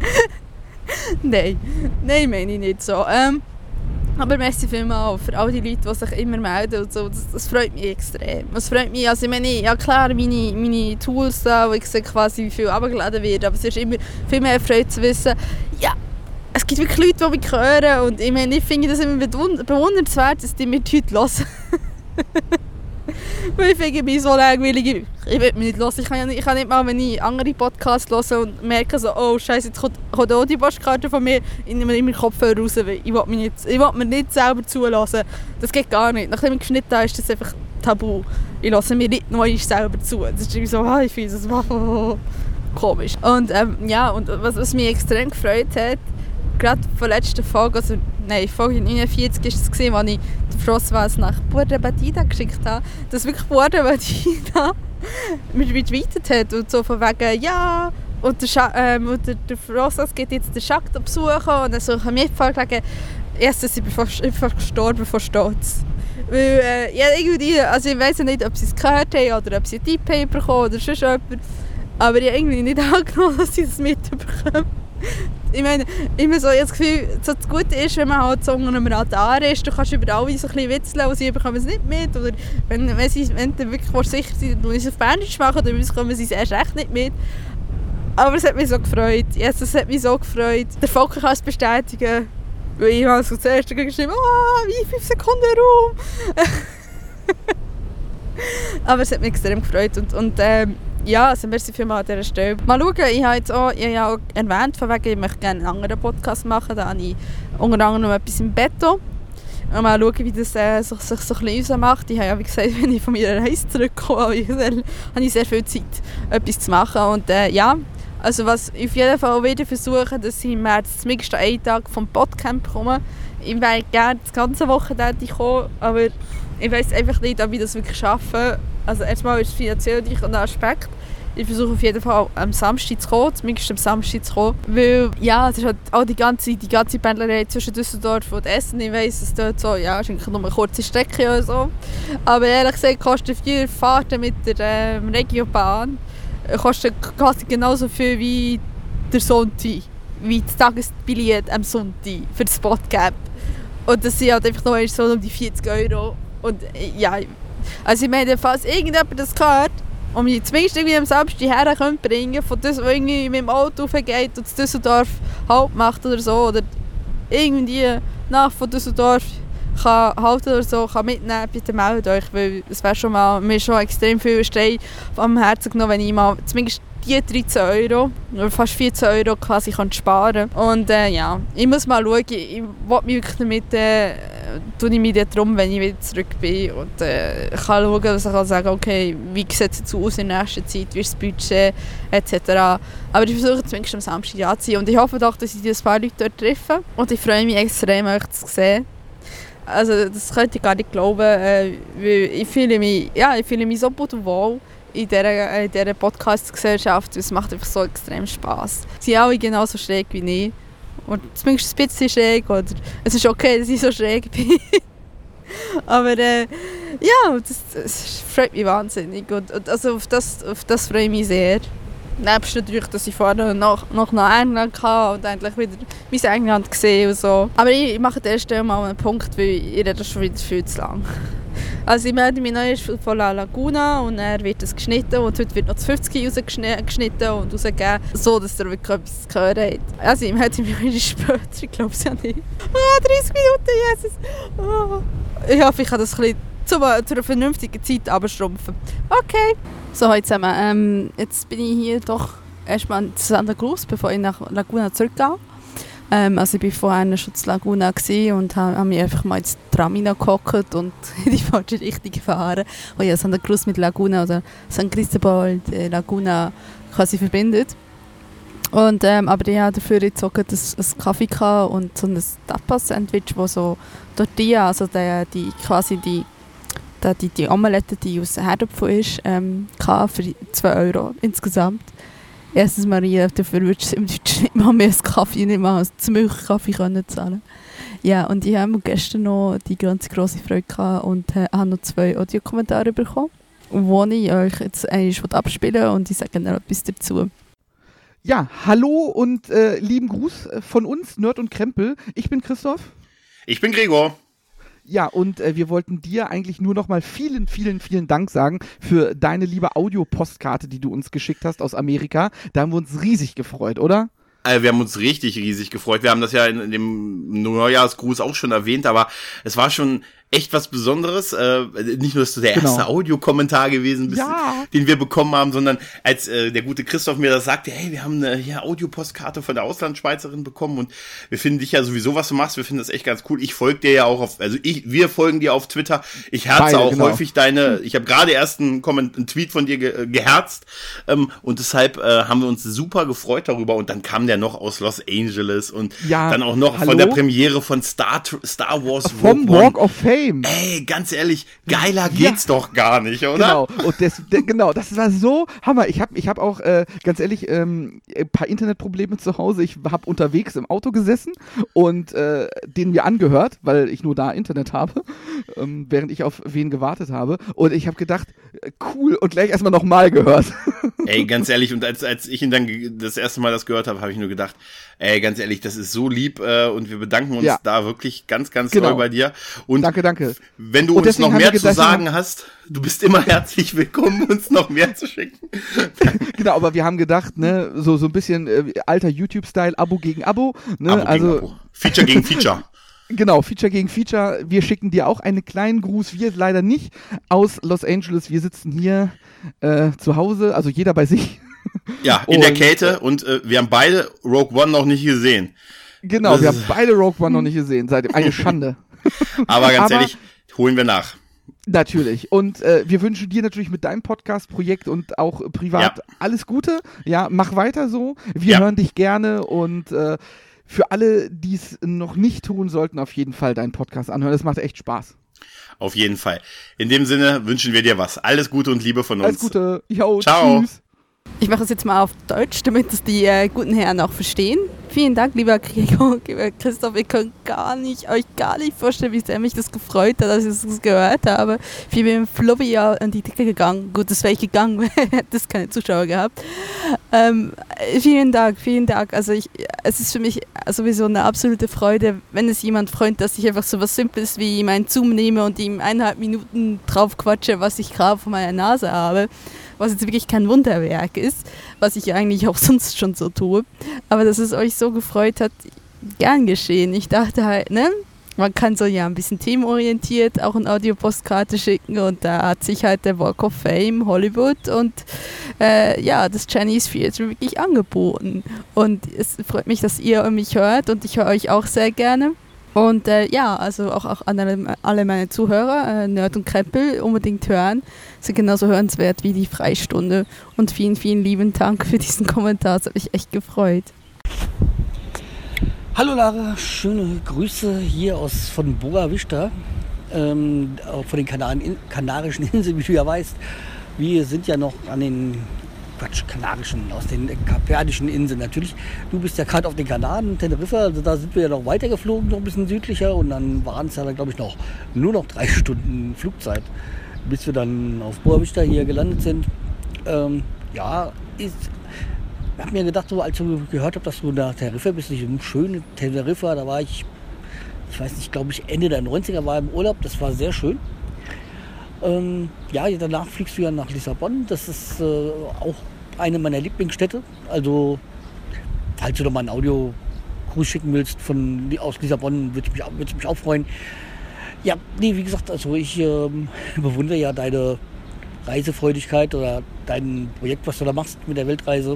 Nein. Nein, meine ich nicht so. Ähm, Aber merci vielmals für all die Leute, die sich immer melden und so. Das, das freut mich extrem. Das freut mich, also ich meine, ja klar, meine, meine Tools da, wo ich sehe quasi, wie viel abgeladen wird, aber es ist immer viel mehr Freude zu wissen, ja, es gibt wirklich Leute, die mich hören und ich meine, ich finde das immer bewundernswert, dass die mir die Leute hören. Weil ich finde mich so langweilig, ich will mich nicht hören. Ich kann, ja nicht, ich kann nicht mal, wenn ich andere Podcasts höre und merke so, oh Scheiße, jetzt kommt, kommt auch die Postkarte von mir, ich nehme immer den Kopfhörer raus, weil ich will, mich nicht, ich will mir nicht selber zulassen. Das geht gar nicht. Nachdem ich geschnitten habe, ist das einfach tabu. Ich lasse mir nicht neu selber zu. Das ist irgendwie so, oh, ich finde das oh, komisch. Und ähm, ja, und was, was mich extrem gefreut hat, gerade von der letzten Folge, also nein, Folge neunundvierzig war es, als ich den Frostwas nach Puerto Batida geschickt habe, dass wirklich Puerto Batida mich retweetet hat und so von wegen, ja, und der, Scha- ähm, und der, der Frostwas geht jetzt den Schakt besuchen und dann so haben wir vorgeschlagen, erstens, ich bin fast, ich bin fast gestorben vor Stolz. Weil, äh, ja, irgendwie, also ich weiss nicht, ob sie es gehört haben oder ob sie einen Tipp haben bekommen oder sonst jemand, aber ich habe irgendwie nicht angenommen, dass sie das mitbekommen. Ich meine, immer so, ich habe das Gefühl, so das Gute ist, wenn man halt so unter einem Radar ist, du kannst über alle so ein bisschen witzeln und sie bekommen es nicht mit. Oder wenn, wenn, sie, wenn du wirklich sicher sind, dass sie es auf Berndeutsch machen, dann bekommen sie es erst recht nicht mit. Aber es hat mich so gefreut. Yes, es hat mich so gefreut. Der Volker kann es bestätigen. Weil ich habe so zuerst geschrieben, ah, wie fünf Sekunden Raum. Aber es hat mich extrem gefreut. Und, und ähm, ja, also merci vielmals an dieser Stelle. Mal schauen, ich habe jetzt auch, ich habe ja auch erwähnt, von wegen, ich möchte gerne einen anderen Podcast machen. Da habe ich unter anderem etwas im Betto. Und mal schauen, wie das äh, sich, sich so ein bisschen macht. Ich habe ja, wie gesagt, wenn ich von meiner Reise zurückkomme, habe ich sehr, habe ich sehr viel Zeit, etwas zu machen. Und äh, ja, also was ich auf jeden Fall wieder versuche, dass ich im März zumindest einen Tag vom Podcamp komme. Ich wäre gerne das ganze Wochenende kommen, aber ich weiss einfach nicht, ob ich das wirklich schaffe. Also erstmal ist es finanziell ein Aspekt. Ich versuche auf jeden Fall am Samstag zu kommen, zumindest am Samstag zu kommen. Weil, ja, es ist halt auch die ganze, die ganze Pendlerei zwischen Düsseldorf und Essen. Ich weiss, es dort so, ja, es ist nur eine kurze Strecke oder so. Aber ehrlich gesagt kostet vier Fahrten mit der ähm, Regiobahn kostet quasi genauso viel wie der Sonntag, wie das Tagesbillett am Sonntag für das Spotcamp. Und das sind halt einfach noch so um die vierzig Euro. Und ja, also ich meine, falls irgendjemand das hört und mich zumindest irgendwie am Samstag her bringen könnte, von das, wo irgendwie mit dem Auto aufgeht und das Düsseldorf Halt macht oder so, oder irgendwie nach von Düsseldorf kann halten oder so, kann mitnehmen, bitte meldet euch, weil es wäre schon mal, mir schon extrem viel Stein am Herzen genommen, wenn ich mal zumindest die dreizehn Euro oder fast vierzehn Euro quasi kann sparen kann. Und äh, ja, ich muss mal schauen, ich will mich wirklich damit, äh, tue ich mich darum, wenn ich wieder zurück bin und äh, kann schauen, dass ich kann sagen, okay, wie sieht es jetzt aus in der nächsten Zeit, wie ist das Budget et cetera. Aber ich versuche zumindest am Samstag ja zu sein und ich hoffe doch, dass ich ein paar Leute dort treffe und ich freue mich extrem, euch zu sehen. Also das könnt ihr gar nicht glauben, äh, weil ich fühle mich, ja, ich fühle mich so gut und wohl in dieser, in dieser Podcast-Gesellschaft. Es macht einfach so extrem Spass. Sie sind alle genauso schräg wie ich. Und zumindest ein bisschen schräg. Oder es ist okay, dass ich so schräg bin. Aber äh, ja, das, das freut mich wahnsinnig. Und, und also auf das, auf das freue ich mich sehr. Nebst natürlich, dass ich vorher noch, noch nach England kam und endlich wieder mein England gesehen und so. Aber ich, ich mache an der Stelle mal einen Punkt, weil ich rede schon wieder viel zu lang. Also ich melde mich neu von La Laguna und er wird es geschnitten und heute wird noch das fünfzig rausgeschnitten und rausgegeben, so dass ihr wirklich etwas zu hören habt. Also ich melde mich wieder später, ich glaube es ja nicht. Ah, dreißig Minuten, Jesus! Oh. Ich hoffe, ich kann das ein bisschen zu, zu einer vernünftigen Zeit abschrumpfen. Okay. So, heute zusammen. Ähm, jetzt bin ich hier doch erstmal in Santa Cruz, bevor ich nach Laguna zurückgehe. Ähm, also ich war vorher schon in Laguna und habe hab mich einfach mal ins Tram hineingehockt und in die falsche Richtung gefahren. Und ja, Santa Cruz mit Laguna oder San Cristobal de Laguna quasi verbindet. Und, ähm, aber ich hatte dafür jetzt auch einen Kaffee und so ein Tapas-Sandwich, wo so Tortilla, also die, die quasi die Die, die, die Omelette, die aus Herdöpfen ist, ähm, für zwei Euro insgesamt. Erstens Maria, dafür würdest du im Deutschen nicht mal mehr als Kaffee, nicht mal als Milchkaffee können zahlen. Ja, und ich habe gestern noch die ganz grosse Freude gehabt und äh, habe noch zwei Audiokommentare bekommen, wo ich euch jetzt eigentlich abspielen und ich sage noch etwas dazu. Ja, hallo und äh, lieben Gruß von uns, Nerd und Krempel. Ich bin Christoph. Ich bin Gregor. Ja, und äh, wir wollten dir eigentlich nur noch mal vielen, vielen, vielen Dank sagen für deine liebe Audiopostkarte, die du uns geschickt hast aus Amerika. Da haben wir uns riesig gefreut, oder? Also wir haben uns richtig riesig gefreut. Wir haben das ja in, in dem Neujahrsgruß auch schon erwähnt, aber es war schon echt was Besonderes. Äh, nicht nur, dass du der erste genau. Audiokommentar gewesen bist, ja. den wir bekommen haben, sondern als äh, der gute Christoph mir das sagte, hey, wir haben eine hier Audiopostkarte von der Auslandsschweizerin bekommen und wir finden dich ja sowieso, was du machst, wir finden das echt ganz cool. Ich folge dir ja auch auf, also ich, wir folgen dir auf Twitter. Ich herze Beide, auch genau. häufig deine, ich habe gerade erst einen, Comment, einen Tweet von dir ge, geherzt ähm, und deshalb äh, haben wir uns super gefreut darüber und dann kam der noch aus Los Angeles und ja, dann auch noch hallo? von der Premiere von Star, Star Wars vom Walk of Fame. Ey, ganz ehrlich, geiler geht's ja. doch gar nicht, oder? Genau, und das, de, genau, das war so Hammer. Ich habe ich hab auch, äh, ganz ehrlich, ähm, ein paar Internetprobleme zu Hause. Ich habe unterwegs im Auto gesessen und äh, den mir angehört, weil ich nur da Internet habe, ähm, während ich auf wen gewartet habe. Und ich habe gedacht, cool, und gleich erstmal nochmal gehört. Ey, ganz ehrlich, und als, als ich ihn dann das erste Mal das gehört habe, habe ich nur gedacht, ey, ganz ehrlich, das ist so lieb äh, und wir bedanken uns ja. da wirklich ganz, ganz genau. doll bei dir. Und danke, danke. Wenn du und uns noch mehr zu sagen hast, du bist immer herzlich willkommen, uns noch mehr zu schicken. Genau, aber wir haben gedacht, ne, so, so ein bisschen äh, alter YouTube-Style, Abo gegen Abo. Ne? Abo also, gegen Abo. Feature gegen Feature. Genau, Feature gegen Feature. Wir schicken dir auch einen kleinen Gruß. Wir leider nicht aus Los Angeles. Wir sitzen hier äh, zu Hause, also jeder bei sich. Ja, in und, der Kälte und äh, wir haben beide Rogue One noch nicht gesehen. Genau, das wir haben beide Rogue One noch nicht gesehen. Seitdem. Eine Schande. Aber ganz Aber, ehrlich, holen wir nach. Natürlich. Und äh, wir wünschen dir natürlich mit deinem Podcast-Projekt und auch privat ja. alles Gute. Ja, mach weiter so. Wir ja. hören dich gerne und äh, für alle, die es noch nicht tun, sollten auf jeden Fall deinen Podcast anhören. Das macht echt Spaß. Auf jeden Fall. In dem Sinne wünschen wir dir was. Alles Gute und Liebe von uns. Alles Gute. Jo, ciao. Tschüss. Ich mache es jetzt mal auf Deutsch, damit das die äh, guten Herren auch verstehen. Vielen Dank, lieber Gregor, lieber Christoph. Ihr könnt gar nicht, euch gar nicht vorstellen, wie sehr mich das gefreut hat, als ich das gehört habe. Ich bin mit dem Flobby ja an die Decke gegangen. Gut, das wäre ich gegangen, hätte es keine Zuschauer gehabt. Ähm, vielen Dank, vielen Dank. Also ich, es ist für mich sowieso eine absolute Freude, wenn es jemand freut, dass ich einfach so was Simples wie meinen Zoom nehme und ihm eineinhalb Minuten drauf quatsche, was ich gerade vor meiner Nase habe. Was jetzt wirklich kein Wunderwerk ist, was ich eigentlich auch sonst schon so tue. Aber dass es euch so gefreut hat, gern geschehen. Ich dachte halt, ne, man kann so ja ein bisschen themenorientiert auch eine Audiopostkarte schicken und da hat sich halt der Walk of Fame, Hollywood und äh, ja, das Chinese Theater wirklich angeboten. Und es freut mich, dass ihr mich hört und ich höre euch auch sehr gerne. Und äh, ja, also auch, auch an alle, alle meine Zuhörer, äh, Nerd und Krempel, unbedingt hören. Sind genauso hörenswert wie die Freistunde. Und vielen, vielen lieben Dank für diesen Kommentar. Das hat mich echt gefreut. Hallo Lara, schöne Grüße hier aus von Boa Vista, ähm, von den Kanaren, Kanarischen Inseln, wie du ja weißt. Wir sind ja noch an den Quatsch, Kanarischen, aus den Kapverdischen Inseln natürlich. Du bist ja gerade auf den Kanaren, Teneriffa, also da sind wir ja noch weiter geflogen, noch ein bisschen südlicher. Und dann waren es ja, glaube ich, noch nur noch drei Stunden Flugzeit, bis wir dann auf Boa Vista hier gelandet sind. Ähm, ja, ist, ich habe mir gedacht, so, als ich gehört habe, dass du nach Teneriffa bist, ich im schönen Teneriffa, da war ich, ich weiß nicht, glaube ich, Ende der neunziger war im Urlaub, das war sehr schön. Ähm, ja, danach fliegst du ja nach Lissabon. Das ist äh, auch eine meiner Lieblingsstädte. Also, falls du noch mal ein Audio-Gruß schicken willst von, aus Lissabon, würde ich mich, würd ich mich auch freuen. Ja, nee, wie gesagt, also ich ähm, bewundere ja deine Reisefreudigkeit oder dein Projekt, was du da machst mit der Weltreise.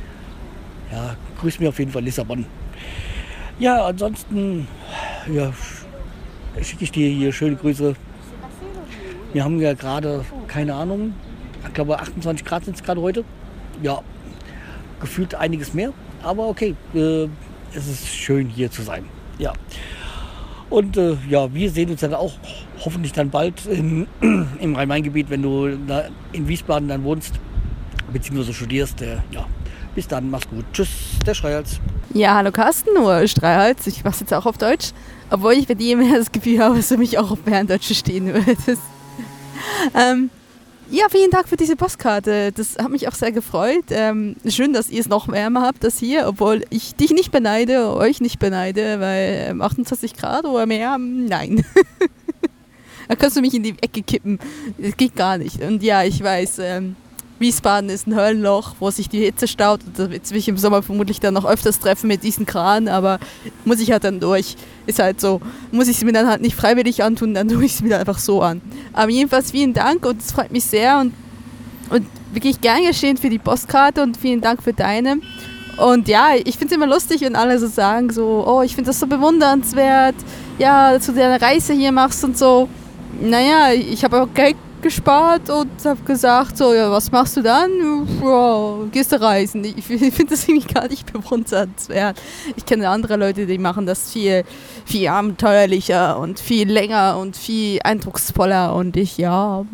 Ja, grüß mir auf jeden Fall Lissabon. Ja, ansonsten ja, schicke ich dir hier schöne Grüße. Wir haben ja gerade, keine Ahnung, ich glaube achtundzwanzig Grad sind es gerade heute. Ja, gefühlt einiges mehr, aber okay, äh, es ist schön hier zu sein. Ja. Und äh, ja, wir sehen uns dann auch hoffentlich dann bald in, im Rhein-Main-Gebiet, wenn du da in Wiesbaden dann wohnst, beziehungsweise studierst. Äh, ja, bis dann, mach's gut. Tschüss, der Schreihals. Ja, hallo Carsten, nur Streichholz. Ich mach's jetzt auch auf Deutsch, obwohl ich bei dir immer das Gefühl habe, dass du mich auch auf Berndeutsch stehen würdest. Ähm, ja, vielen Dank für diese Postkarte. Das hat mich auch sehr gefreut. Ähm, schön, dass ihr es noch wärmer habt als hier, obwohl ich dich nicht beneide, euch nicht beneide, weil ähm, achtundzwanzig Grad oder mehr, nein. Da kannst du mich in die Ecke kippen. Das geht gar nicht. Und ja, ich weiß, ähm, Wiesbaden ist ein Höllenloch, wo sich die Hitze staut. Und da wird mich im Sommer vermutlich dann noch öfters treffen mit diesen Kran, aber muss ich halt dann durch. Ist halt so. Muss ich es mir dann halt nicht freiwillig antun, dann tue ich es mir dann einfach so an. Aber jedenfalls vielen Dank und es freut mich sehr und, und wirklich gern geschehen für die Postkarte und vielen Dank für deine. Und ja, ich finde es immer lustig, wenn alle so sagen, so, oh, ich finde das so bewundernswert, ja, dass du deine Reise hier machst und so. Naja, ich habe auch Geld gespart und habe gesagt, so, ja, was machst du dann? Ja, gehst du reisen. Ich finde das irgendwie gar nicht bewundernswert. Ich kenne andere Leute, die machen das viel, viel abenteuerlicher und viel länger und viel eindrucksvoller und ich, ja,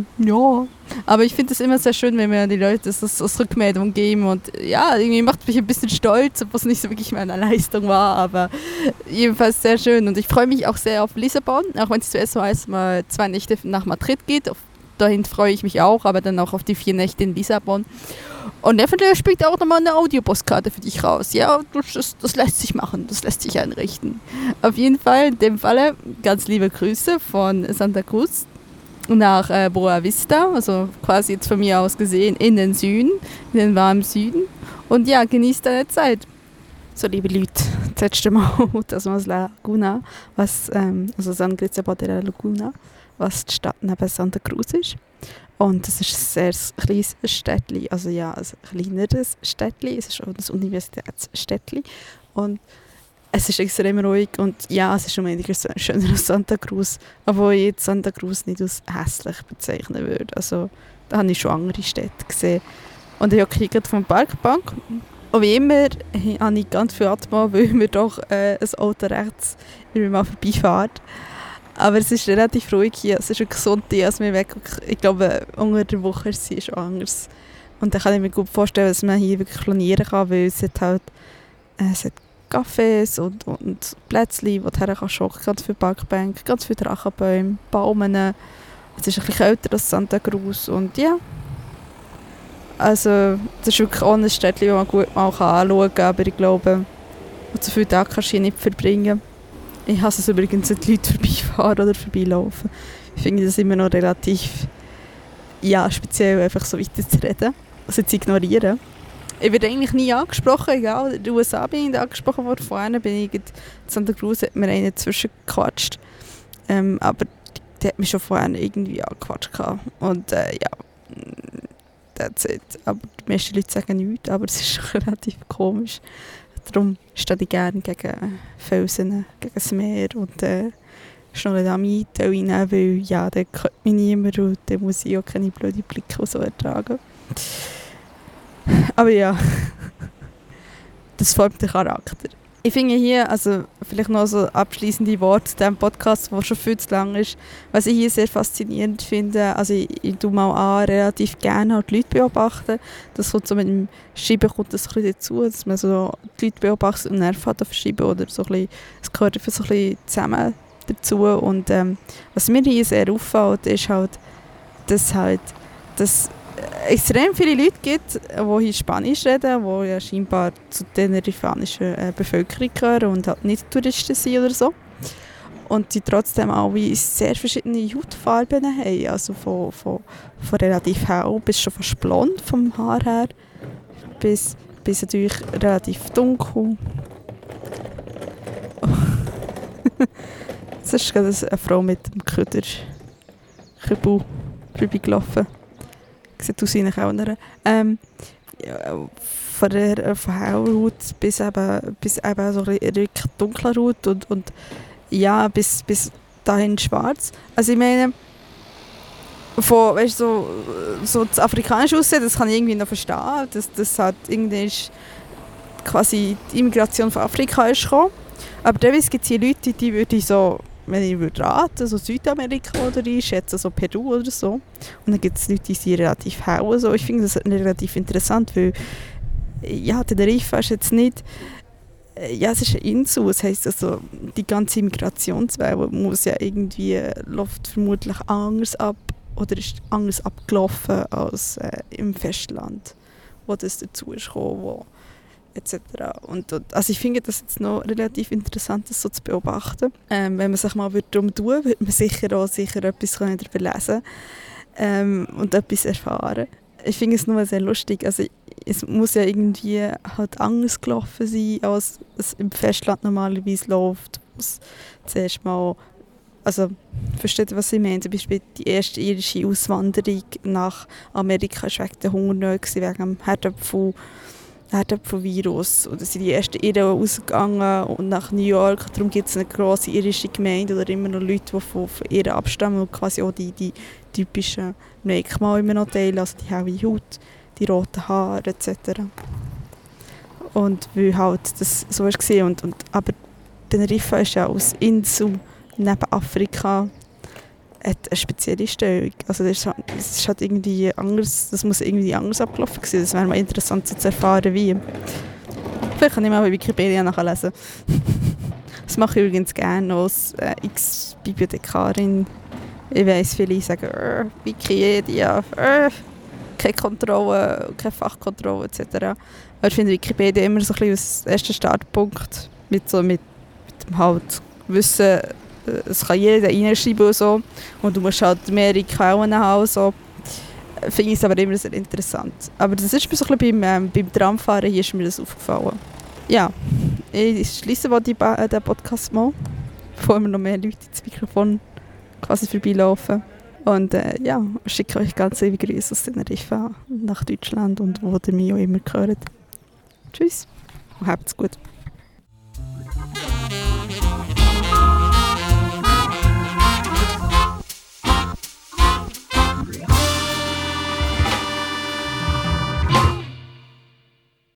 ja. Aber ich finde es immer sehr schön, wenn mir die Leute das, das, das Rückmeldung geben und ja, irgendwie macht mich ein bisschen stolz, obwohl es nicht so wirklich meine Leistung war, aber jedenfalls sehr schön und ich freue mich auch sehr auf Lissabon, auch wenn es zuerst heißt, mal zwei Nächte nach Madrid geht, auf, dahin freue ich mich auch, aber dann auch auf die vier Nächte in Lissabon und eventuell spielt auch nochmal eine Audiopostkarte für dich raus, ja, das, das lässt sich machen, das lässt sich einrichten. Auf jeden Fall, in dem Falle, ganz liebe Grüße von Santa Cruz nach äh, Boa Vista, also quasi jetzt von mir aus gesehen in den Süden, in den warmen Süden. Und ja, genießt deine Zeit. So, liebe Leute, das letzte Mal, das war La Laguna, was, ähm, also San Cristobal de la Laguna, was die Stadt neben Santa Cruz ist. Und es ist ein sehr kleines Städtchen, also ja, ein kleineres Städtchen, es ist auch ein Universitätsstädtchen. Und es ist extrem ruhig und ja, es ist um einiges schöner als Santa Cruz, obwohl ich jetzt Santa Cruz nicht als hässlich bezeichnen würde. Also da habe ich schon andere Städte gesehen. Und ich habe gerade von der Parkbank. Und wie immer habe ich ganz viel Atmo, weil mir doch äh, ein Auto rechts immer mal vorbeifährt. Aber es ist relativ ruhig hier. Es ist wirklich Sonntag, als wir weg. Ich glaube, unter der Woche ist es schon anders. Und da kann ich mir gut vorstellen, dass man hier wirklich planieren kann, weil es hat halt äh, es hat Cafés und, und Plätzchen, wo du her kannst, ganz viele Parkbänke, ganz viele Drachenbäume, Baumen. Es ist ein bisschen kälter als Santa Cruz und ja. Also, das ist wirklich auch ein Städtchen, das man gut mal anschauen kann, aber ich glaube, so viele Tage kannst du hier nicht verbringen. Ich hasse es übrigens, wenn die Leute vorbeifahren oder vorbeilaufen. Ich finde das immer noch relativ, ja, speziell einfach so weiter zu reden, also zu ignorieren. Ich werde eigentlich nie angesprochen, egal, in den U S A bin ich angesprochen worden, vorhin bin ich in Santa Cruz, hat mir einen dazwischen gequatscht, ähm, aber die hat mich schon vorhin irgendwie angequatscht und äh, ja, that's it. Aber die meisten Leute sagen nichts, aber es ist schon relativ komisch, Darum stehe ich gerne gegen Felsen, gegen das Meer und äh, schnurre da mein Teil rein, weil ja, da hört mich niemand und dann muss ich auch keine blöden Blicke und so ertragen. Aber ja, das formt den Charakter. Ich finde hier, also vielleicht noch so abschließende Worte zu diesem Podcast, der schon viel zu lang ist, was ich hier sehr faszinierend finde, also ich, ich tue mal an, relativ gerne halt die Leute beobachten. Das kommt so mit dem Schreiben kommt das ein bisschen dazu, dass man so die Leute beobachtet und Nerven hat auf Schreiben oder so ein bisschen, es gehört einfach so ein bisschen zusammen dazu. Und ähm, was mir hier sehr auffällt, ist halt, dass halt, dass extrem viele Leute gibt, die hier Spanisch reden, die ja scheinbar zu der tenerifanischen äh, Bevölkerung gehören und halt nicht Touristen sind oder so. Und die trotzdem alle sehr verschiedene Hautfarben haben, also von, von, von relativ hell bis schon fast blond vom Haar her, bis, bis natürlich relativ dunkel. Jetzt ist gerade eine Frau mit dem Köder Kübel vorbeigelaufen. Sieht aus wie eine Kellnerin. Ähm, ja, von der von heller Haut bis eben, bis eben so eine dunkle Haut und, und ja, bis, bis dahin schwarz. Also ich meine, von, weißt, so, so das afrikanische Aussehen, das kann ich irgendwie noch verstehen. Das, das hat irgendwie ist quasi die Immigration von Afrika ist gekommen. Aber teilweise gibt es hier Leute, die würde ich so, wenn ich würde raten, so Südamerika oder ich schätze so Peru oder so. Und dann gibt es Leute, die sind relativ hell. So. Ich finde das relativ interessant, weil ja, Teneriffa ist jetzt nicht, ja, es ist eine Insel, das heisst also, die ganze Migrationswelle muss ja irgendwie, läuft vermutlich anders ab oder ist anders abgelaufen als äh, im Festland, wo das dazu ist gekommen, wo et cetera. Und, und, also ich finde das jetzt noch relativ interessant, das so zu beobachten. Ähm, wenn man sich mal darum tun würde, würde man sicher auch sicher etwas darüber lesen ähm, und etwas erfahren. Ich finde es nur sehr lustig. Also es muss ja irgendwie halt anders gelaufen sein, als es im Festland normalerweise läuft. Es zuerst mal, also versteht ihr, was ich meine? Zum Beispiel die erste irische Auswanderung nach Amerika war wegen der Hungersnot, wegen dem Herdöpfel. Herdöpfelvirus. Oder sind die ersten Iren ausgegangen und nach New York. Darum gibt es eine grosse irische Gemeinde oder immer noch Leute, die von, von Iren abstammen und quasi auch die, die typischen Merkmale immer noch teilen, also die helle Haut, die roten Haare et cetera. Und weil halt das so war. Und, und, aber Teneriffa ist ja als Insel neben Afrika hat eine spezielle Stellung. Also das ist, das ist halt irgendwie anders, das muss irgendwie anders abgelaufen sein. Das wäre mal interessant so zu erfahren, wie. Vielleicht kann ich mal bei Wikipedia nachlesen. Das mache ich übrigens gerne als äh, Ex-Bibliothekarin. Ich weiss, viele sagen, äh, Wikipedia, äh, keine Kontrolle, keine Fachkontrolle et cetera. Aber ich finde Wikipedia immer so ein bisschen als erster Startpunkt mit, so, mit, mit dem halt Wissen. Es kann jeder reinschreiben und so. Und du musst halt mehrere Quellen haben. So. Finde ich es aber immer sehr interessant. Aber das ist mir so ein bisschen beim, ähm, beim Tramfahren, hier ist mir das aufgefallen. Ja, ich schließe mal die ba- den Podcast mal, bevor wir noch mehr Leute ins Mikrofon quasi vorbeilaufen. Und äh, ja, ich schicke euch ganz liebe Grüße aus Teneriffa nach Deutschland und wo ihr mich auch immer hört. Tschüss und habt's gut.